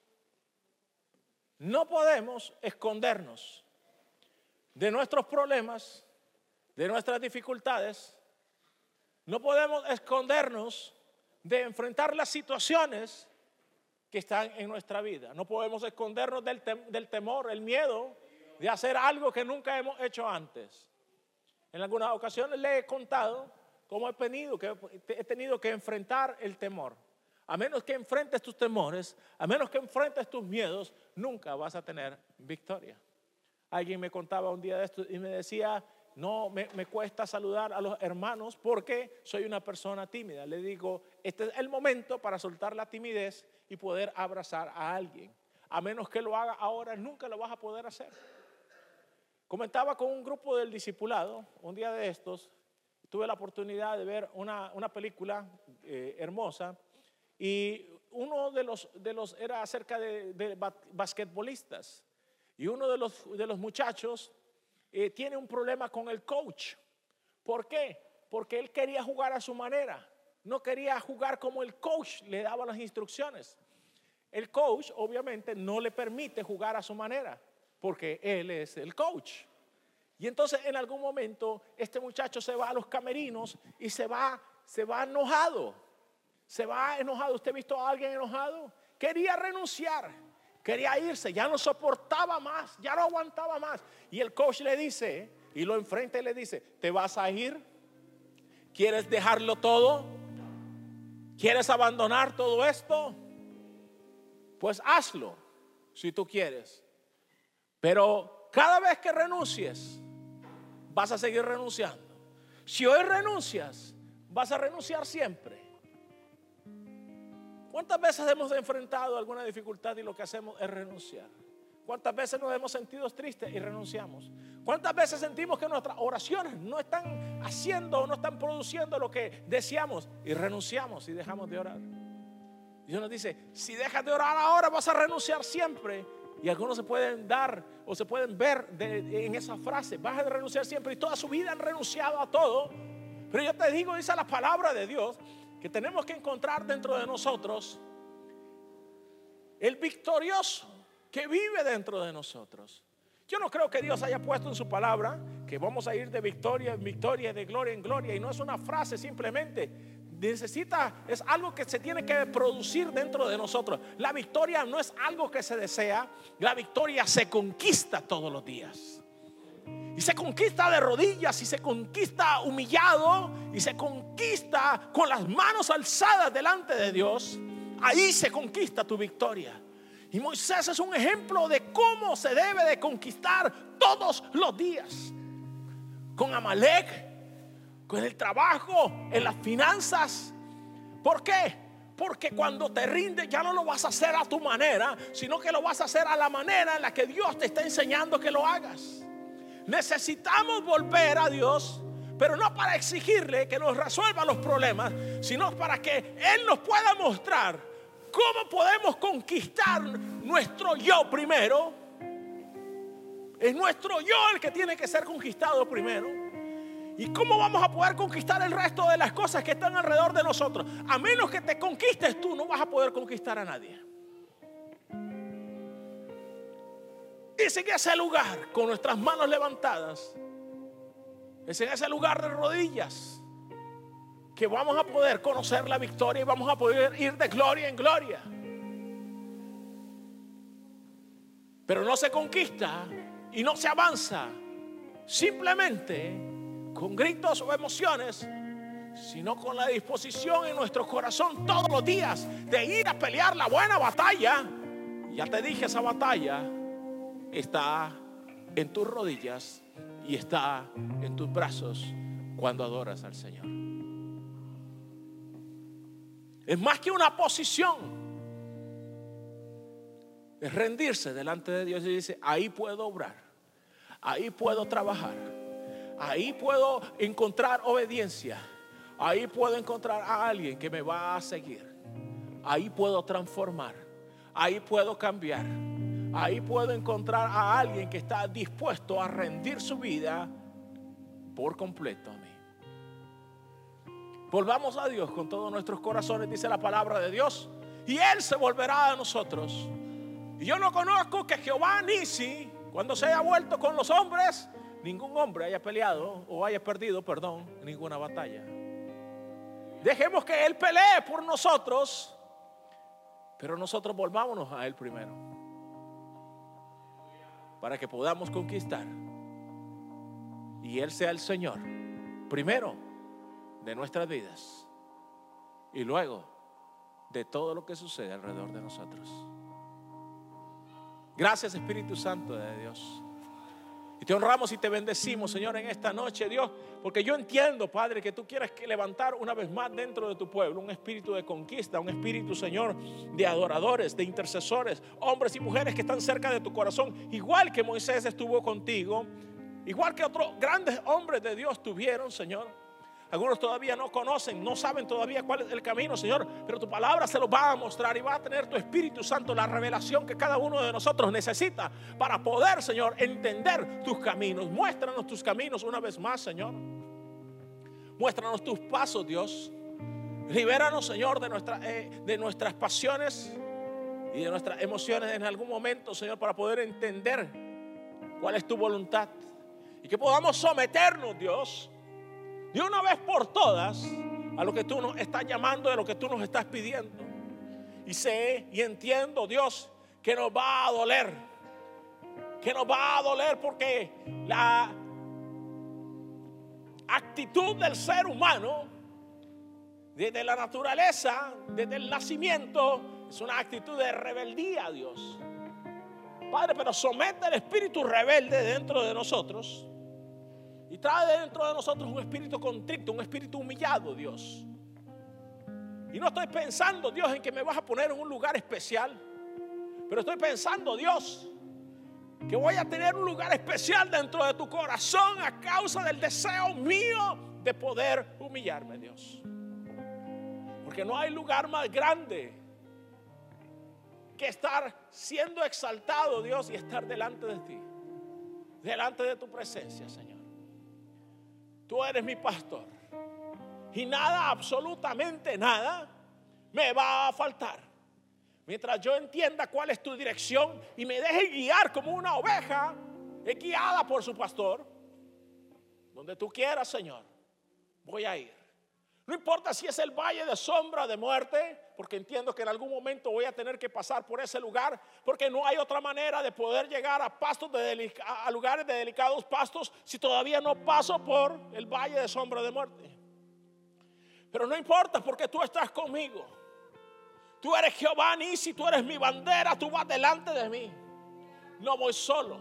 escondernos de nuestros problemas, de nuestras dificultades. No podemos escondernos de enfrentar las situaciones que están en nuestra vida. No podemos escondernos del temor, el miedo de hacer algo que nunca hemos hecho antes. En algunas ocasiones le he contado cómo he tenido que enfrentar el temor. A menos que enfrentes tus temores, a menos que enfrentes tus miedos, nunca vas a tener victoria. Alguien me contaba un día de esto y me decía, no, me cuesta saludar a los hermanos porque soy una persona tímida. Le digo, este es el momento para soltar la timidez y poder abrazar a alguien. A menos que lo haga ahora, nunca lo vas a poder hacer. Comentaba con un grupo del discipulado, un día de estos, tuve la oportunidad de ver una película hermosa, y uno de los era acerca de basquetbolistas. Y uno de los muchachos tiene un problema con el coach. ¿Por qué? Porque él quería jugar a su manera. No quería jugar como el coach le daba las instrucciones. El coach obviamente no le permite jugar a su manera, porque él es el coach. Y entonces en algún momento este muchacho se va a los camerinos y se va enojado. Se va enojado. ¿Usted ha visto a alguien enojado? Quería renunciar. Quería irse, ya no soportaba más, ya no aguantaba más. Y el coach le dice, y lo enfrenta y le dice, ¿te vas a ir? ¿Quieres dejarlo todo? ¿Quieres abandonar todo esto? Pues hazlo, si tú quieres. Pero cada vez que renuncies, vas a seguir renunciando. Si hoy renuncias, vas a renunciar siempre. ¿Cuántas veces hemos enfrentado alguna dificultad y lo que hacemos es renunciar? ¿Cuántas veces nos hemos sentido tristes y renunciamos? ¿Cuántas veces sentimos que nuestras oraciones no están haciendo o no están produciendo lo que deseamos y renunciamos y dejamos de orar? Dios nos dice, si dejas de orar ahora vas a renunciar siempre. Y algunos se pueden dar o se pueden ver en esa frase, vas a renunciar siempre, y toda su vida han renunciado a todo. Pero yo te digo, dice la palabra de Dios, que tenemos que encontrar dentro de nosotros el victorioso que vive dentro de nosotros. Yo no creo que Dios haya puesto en su palabra que vamos a ir de victoria en victoria, de gloria en gloria, y no es una frase simplemente. Es algo que se tiene que producir dentro de nosotros. La victoria no es algo que se desea, la victoria se conquista todos los días. Y se conquista de rodillas, y se conquista humillado, y se conquista con las manos alzadas delante de Dios. Ahí se conquista tu victoria. Y Moisés es un ejemplo de cómo se debe de conquistar todos los días. Con Amalek, con el trabajo, en las finanzas. ¿Por qué? Porque cuando te rindes ya no lo vas a hacer a tu manera, sino que lo vas a hacer a la manera en la que Dios te está enseñando que lo hagas. Necesitamos volver a Dios, pero no para exigirle que nos resuelva los problemas, sino para que Él nos pueda mostrar cómo podemos conquistar nuestro yo primero. Es nuestro yo el que tiene que ser conquistado primero. ¿Y cómo vamos a poder conquistar el resto de las cosas que están alrededor de nosotros? A menos que te conquistes tú, no vas a poder conquistar a nadie. Es en ese lugar, con nuestras manos levantadas, es en ese lugar de rodillas, que vamos a poder conocer la victoria y vamos a poder ir de gloria en gloria. Pero no se conquista y no se avanza simplemente con gritos o emociones, sino con la disposición en nuestro corazón todos los días de ir a pelear la buena batalla. Ya te dije, esa batalla está en tus rodillas y está en tus brazos cuando adoras al Señor. Es más que una posición. Es rendirse delante de Dios y dice: ahí puedo obrar, ahí puedo trabajar, ahí puedo encontrar obediencia, ahí puedo encontrar a alguien que me va a seguir, ahí puedo transformar, ahí puedo cambiar, ahí puedo encontrar a alguien que está dispuesto a rendir su vida por completo a mí. Volvamos a Dios con todos nuestros corazones, dice la palabra de Dios, y Él se volverá a nosotros. Y yo no conozco que Jehová Nisi, cuando se haya vuelto con los hombres, ningún hombre haya peleado o haya perdido, ninguna batalla. Dejemos que Él pelee por nosotros, pero nosotros volvámonos a Él primero, para que podamos conquistar y Él sea el Señor primero de nuestras vidas y luego de todo lo que sucede alrededor de nosotros. Gracias, Espíritu Santo de Dios. Y te honramos y te bendecimos, Señor, en esta noche, Dios, porque yo entiendo, Padre, que tú quieres levantar una vez más dentro de tu pueblo un espíritu de conquista, un espíritu, Señor, de adoradores, de intercesores, hombres y mujeres que están cerca de tu corazón, igual que Moisés estuvo contigo, igual que otros grandes hombres de Dios tuvieron, Señor. Algunos todavía no conocen, no saben todavía cuál es el camino, Señor, pero tu palabra se los va a mostrar y va a tener tu Espíritu Santo la revelación que cada uno de nosotros necesita para poder, Señor, entender tus caminos. Muéstranos tus caminos una vez más, Señor. Muéstranos tus pasos, Dios. Libéranos, Señor, de nuestras pasiones y de nuestras emociones en algún momento, Señor, para poder entender cuál es tu voluntad y que podamos someternos, Dios, de una vez por todas a lo que tú nos estás llamando, a lo que tú nos estás pidiendo. Y sé y entiendo, Dios, que nos va a doler, porque la actitud del ser humano desde la naturaleza, desde el nacimiento, es una actitud de rebeldía a Dios. Padre, pero somete el espíritu rebelde dentro de nosotros y trae dentro de nosotros un espíritu contrito, un espíritu humillado, Dios. Y no estoy pensando, Dios, en que me vas a poner en un lugar especial, pero estoy pensando, Dios, que voy a tener un lugar especial dentro de tu corazón a causa del deseo mío de poder humillarme, Dios. Porque no hay lugar más grande que estar siendo exaltado, Dios, y estar delante de ti, delante de tu presencia, Señor. Tú eres mi pastor y nada, absolutamente nada, me va a faltar. Mientras yo entienda cuál es tu dirección y me deje guiar como una oveja, es guiada por su pastor, donde tú quieras, Señor, voy a ir. No importa si es el valle de sombra de muerte, porque entiendo que en algún momento voy a tener que pasar por ese lugar, porque no hay otra manera de poder llegar a a lugares de delicados pastos si todavía no paso por el valle de sombra de muerte. Pero no importa, porque tú estás conmigo. Tú eres Jehová Nisi, tú eres mi bandera, tú vas delante de mí. No voy solo.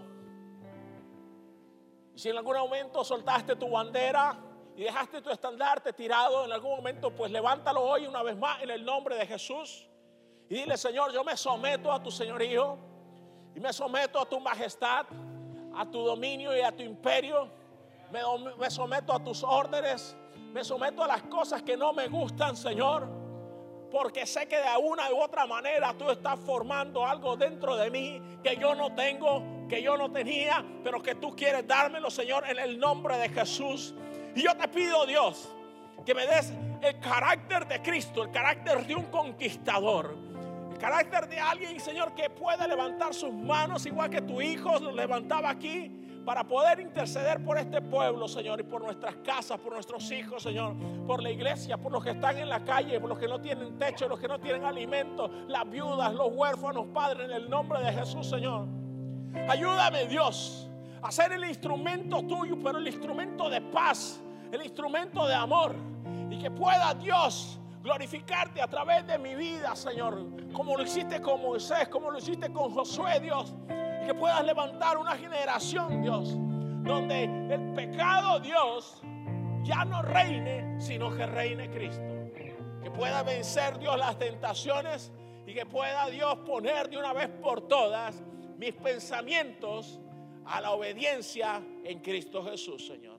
Y si en algún momento soltaste tu bandera y dejaste tu estandarte tirado en algún momento, pues levántalo hoy una vez más en el nombre de Jesús y dile: Señor, yo me someto a tu señorío y me someto a tu majestad, a tu dominio y a tu imperio. Me someto a tus órdenes, me someto a las cosas que no me gustan, Señor, porque sé que de una u otra manera tú estás formando algo dentro de mí que yo no tengo, que yo no tenía, pero que tú quieres dármelo, Señor, en el nombre de Jesús. Y yo te pido, Dios, que me des el carácter de Cristo, el carácter de un conquistador, el carácter de alguien, Señor, que puede levantar sus manos igual que tu hijo los levantaba aquí, para poder interceder por este pueblo, Señor, y por nuestras casas, por nuestros hijos, Señor, por la iglesia, por los que están en la calle, por los que no tienen techo, los que no tienen alimento, las viudas, los huérfanos, Padre, en el nombre de Jesús, Señor. Ayúdame, Dios, a ser el instrumento tuyo, pero el instrumento de paz, el instrumento de amor, y que pueda, Dios, glorificarte a través de mi vida, Señor, como lo hiciste con Moisés, como lo hiciste con Josué, Dios. Y que puedas levantar una generación, Dios, donde el pecado, Dios, ya no reine, sino que reine Cristo. que pueda vencer, Dios, las tentaciones y que pueda, Dios, poner de una vez por todas mis pensamientos a la obediencia en Cristo Jesús, Señor.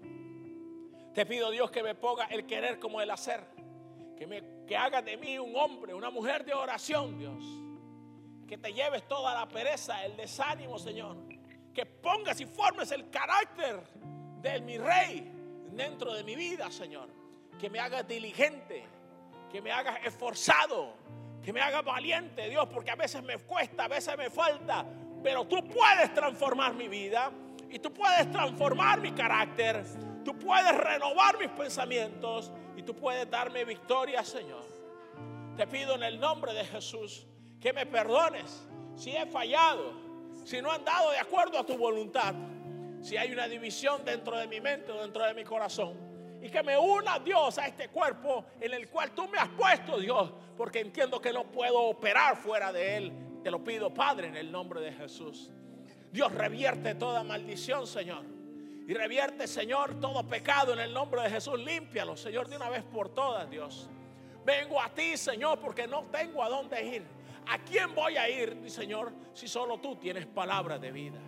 Te pido, Dios, que me ponga el querer como el hacer, que hagas de mí un hombre, una mujer de oración, Dios, que te lleves toda la pereza, el desánimo, Señor, que pongas y formes el carácter de mi Rey dentro de mi vida, Señor, que me hagas diligente, que me hagas esforzado, que me hagas valiente, Dios, porque a veces me cuesta, a veces me falta, pero tú puedes transformar mi vida y tú puedes transformar mi carácter, tú puedes renovar mis pensamientos y tú puedes darme victoria, Señor. Te pido en el nombre de Jesús que me perdones si he fallado, si no he andado de acuerdo a tu voluntad, si hay una división dentro de mi mente o dentro de mi corazón, y que me una, Dios, a este cuerpo en el cual tú me has puesto, Dios, porque entiendo que no puedo operar fuera de él. Te lo pido, Padre, en el nombre de Jesús. Dios, revierte toda maldición, Señor, y revierte, Señor, todo pecado en el nombre de Jesús. Límpialo, Señor, de una vez por todas, Dios. Vengo a ti, Señor, porque no tengo a dónde ir. ¿A quién voy a ir, Señor, si solo tú tienes palabra de vida?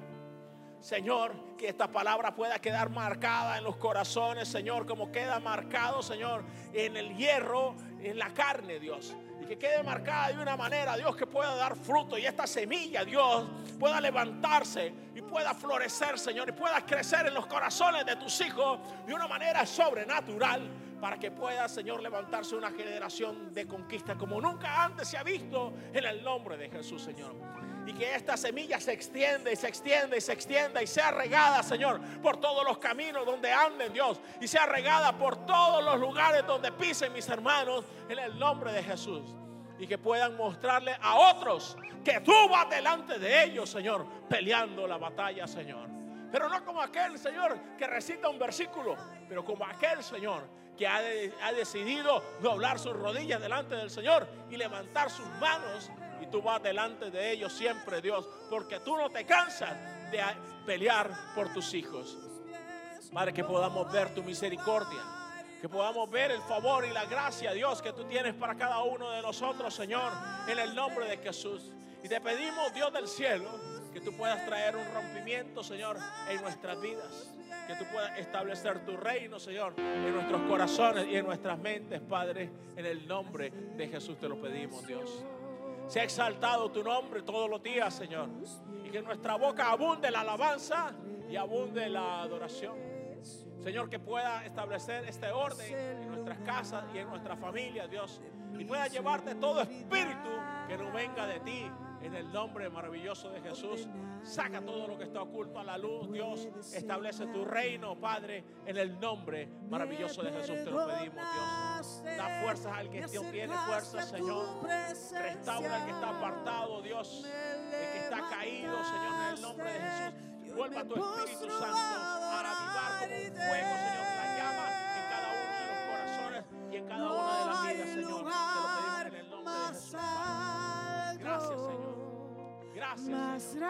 Señor, que esta palabra pueda quedar marcada en los corazones, Señor, como queda marcado, Señor, en el hierro, en la carne, Dios. Y que quede marcada de una manera, Dios, que pueda dar fruto. Y esta semilla, Dios, pueda levantarse y pueda florecer, Señor, y pueda crecer en los corazones de tus hijos de una manera sobrenatural, para que pueda, Señor, levantarse una generación de conquista como nunca antes se ha visto, en el nombre de Jesús, Señor. Y que esta semilla se extienda y se extienda y se extienda y sea regada, Señor, por todos los caminos donde anden, Dios, y sea regada por todos los lugares donde pisen mis hermanos, en el nombre de Jesús. Y que puedan mostrarle a otros que tú vas delante de ellos, Señor, peleando la batalla, Señor. Pero no como aquel, Señor, que recita un versículo, pero como aquel, Señor, que ha decidido doblar sus rodillas delante del Señor y levantar sus manos. Y tú vas delante de ellos siempre, Dios, porque tú no te cansas de pelear por tus hijos. Padre, que podamos ver tu misericordia, que podamos ver el favor y la gracia, Dios, que tú tienes para cada uno de nosotros, Señor, en el nombre de Jesús. Y te pedimos, Dios del cielo, que tú puedas traer un rompimiento, Señor, en nuestras vidas, que tú puedas establecer tu reino, Señor, en nuestros corazones y en nuestras mentes, Padre, en el nombre de Jesús te lo pedimos, Dios. Sea exaltado tu nombre todos los días, Señor, y que en nuestra boca abunde la alabanza y abunde la adoración. Señor, que pueda establecer este orden en nuestras casas y en nuestra familia, Dios, y pueda llevarte todo espíritu que no venga de ti, en el nombre maravilloso de Jesús. Saca todo lo que está oculto a la luz, Dios. Establece tu reino, Padre, en el nombre maravilloso de Jesús te lo pedimos, Dios. Da fuerzas al que no tiene fuerzas, Señor. Restaura al que está apartado, Dios, el que está caído, Señor, en el nombre de Jesús. Vuelva tu Espíritu Santo a avivar como un fuego, Señor, la llama en cada uno de los corazones y en cada una de las vidas, Señor. Te lo pedimos en el nombre de Jesús, Padre. Gracias, Señor. Gracias, más Señor.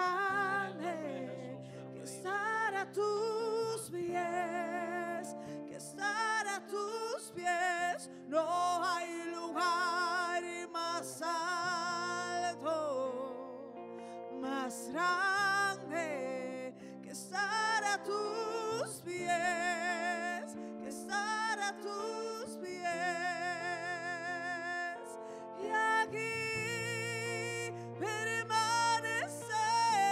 grande que estar a tus pies, que estar a tus pies. No hay lugar más alto, más grande que estar a tus pies, que estar a tus pies. Y aquí permaneceré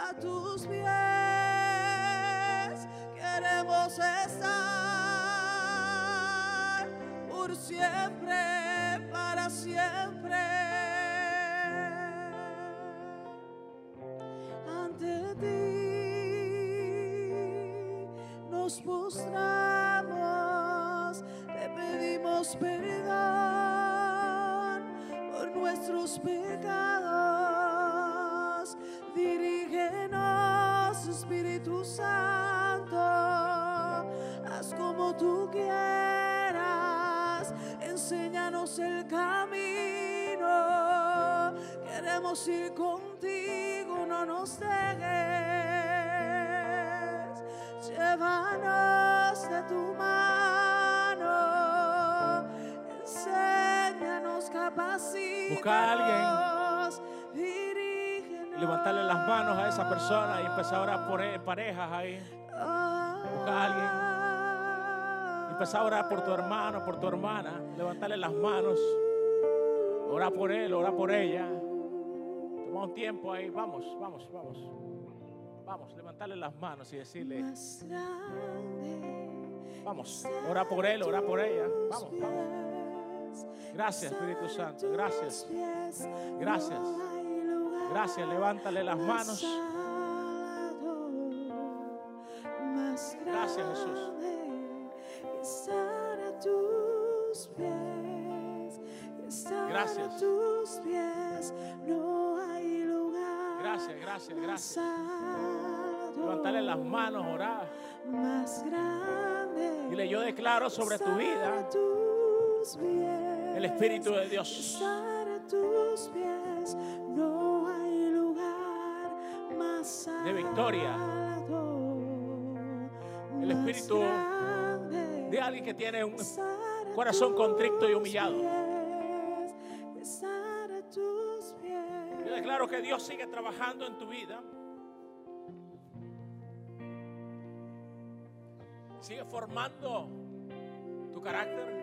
a tus pies. Queremos estar por siempre, para siempre. Ante ti nos postramos, te pedimos perdón por nuestros pecados. Dirígenos, Espíritu Santo, haz como tú quieras, enséñanos el camino. Queremos ir contigo, no nos dejes. Llévanos de tu mano, enséñanos, capacítanos. Busca a alguien, levantarle las manos a esa persona y empezar a orar por él, en parejas ahí. Busca a alguien, empezar a orar por tu hermano, por tu hermana, levantarle las manos, orar por él, orar por ella. Toma un tiempo ahí, vamos, levantarle las manos y decirle, vamos, orar por él, orar por ella, vamos. Gracias, Espíritu Santo, gracias. Levántale las manos. Gracias, Jesús. Gracias. Gracias. Levántale las manos, orar. Dile, yo declaro sobre tu vida el Espíritu de Dios. De victoria. El espíritu de alguien que tiene un corazón contrito y humillado. Yo declaro que Dios sigue trabajando en tu vida. Sigue formando tu carácter.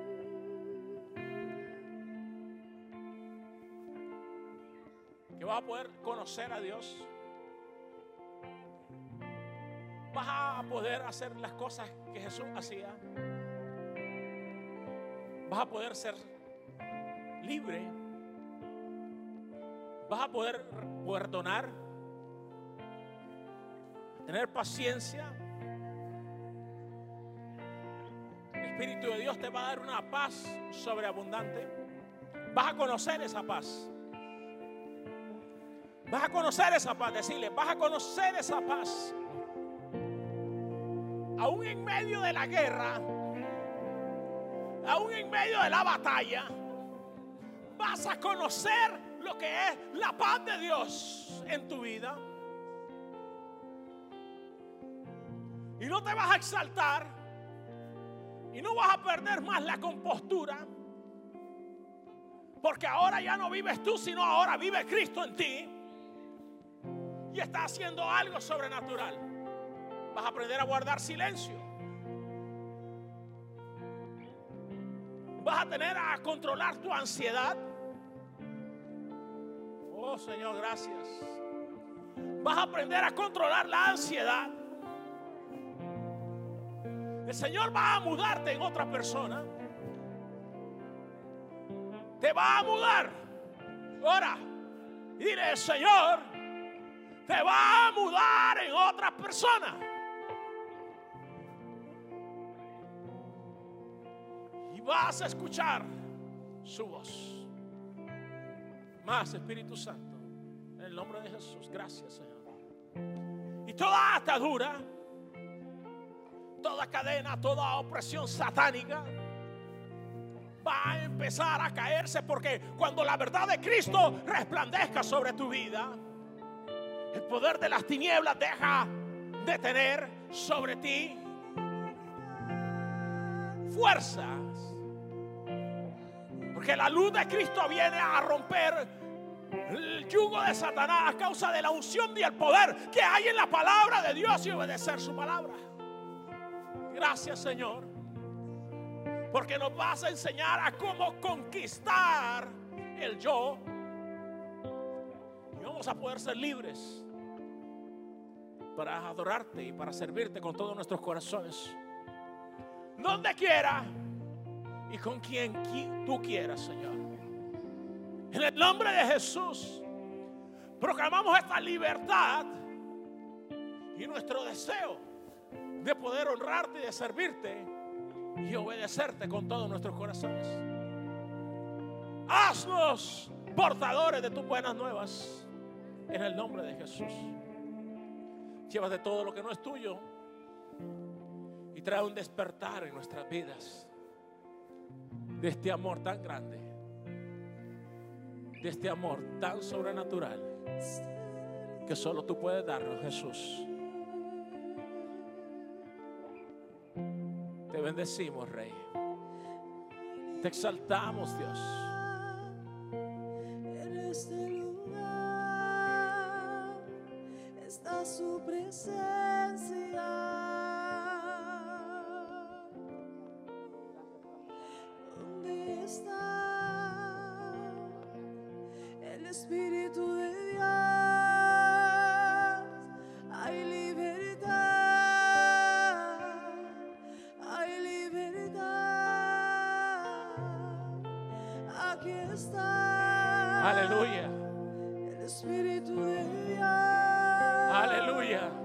Que vas a poder conocer a Dios. Vas a poder hacer las cosas que Jesús hacía. Vas a poder ser libre. Vas a poder perdonar, tener paciencia. El Espíritu de Dios te va a dar una paz sobreabundante. Vas a conocer esa paz. Vas a conocer esa paz. Decirle, vas a conocer esa paz. Aún en medio de la guerra, aún en medio de la batalla, vas a conocer lo que es la paz de Dios en tu vida. Y no te vas a exaltar y no vas a perder más la compostura, porque ahora ya no vives tú, sino ahora vive Cristo en ti y está haciendo algo sobrenatural. Vas a aprender a guardar silencio. Vas a tener a controlar tu ansiedad. Oh, Señor, gracias. Vas a aprender a controlar la ansiedad. El Señor va a mudarte en otra persona. Te va a mudar. Ora y dile, Señor, te va a mudar en otra persona. Y vas a escuchar su voz. Más, Espíritu Santo, en el nombre de Jesús. Gracias, Señor. Y toda atadura, toda cadena, toda opresión satánica va a empezar a caerse, porque cuando la verdad de Cristo resplandezca sobre tu vida, el poder de las tinieblas deja de tener sobre ti fuerzas. Porque la luz de Cristo viene a romper el yugo de Satanás a causa de la unción y el poder que hay en la palabra de Dios y obedecer su palabra. Gracias, Señor, porque nos vas a enseñar a cómo conquistar el yo y vamos a poder ser libres para adorarte y para servirte con todos nuestros corazones. Donde quiera y con quien tú quieras, Señor. En el nombre de Jesús, proclamamos esta libertad y nuestro deseo de poder honrarte y de servirte y obedecerte con todos nuestros corazones. Haznos portadores de tus buenas nuevas en el nombre de Jesús. Llévate todo lo que no es tuyo y trae un despertar en nuestras vidas de este amor tan grande, de este amor tan sobrenatural que solo tú puedes darnos, Jesús. Te bendecimos, Rey. Te exaltamos, Dios. En este lugar está su presencia. ¿Dónde está el Espíritu de Dios? Hay libertad, hay libertad. Aquí está. Aleluya. El Espíritu de Dios. Aleluya.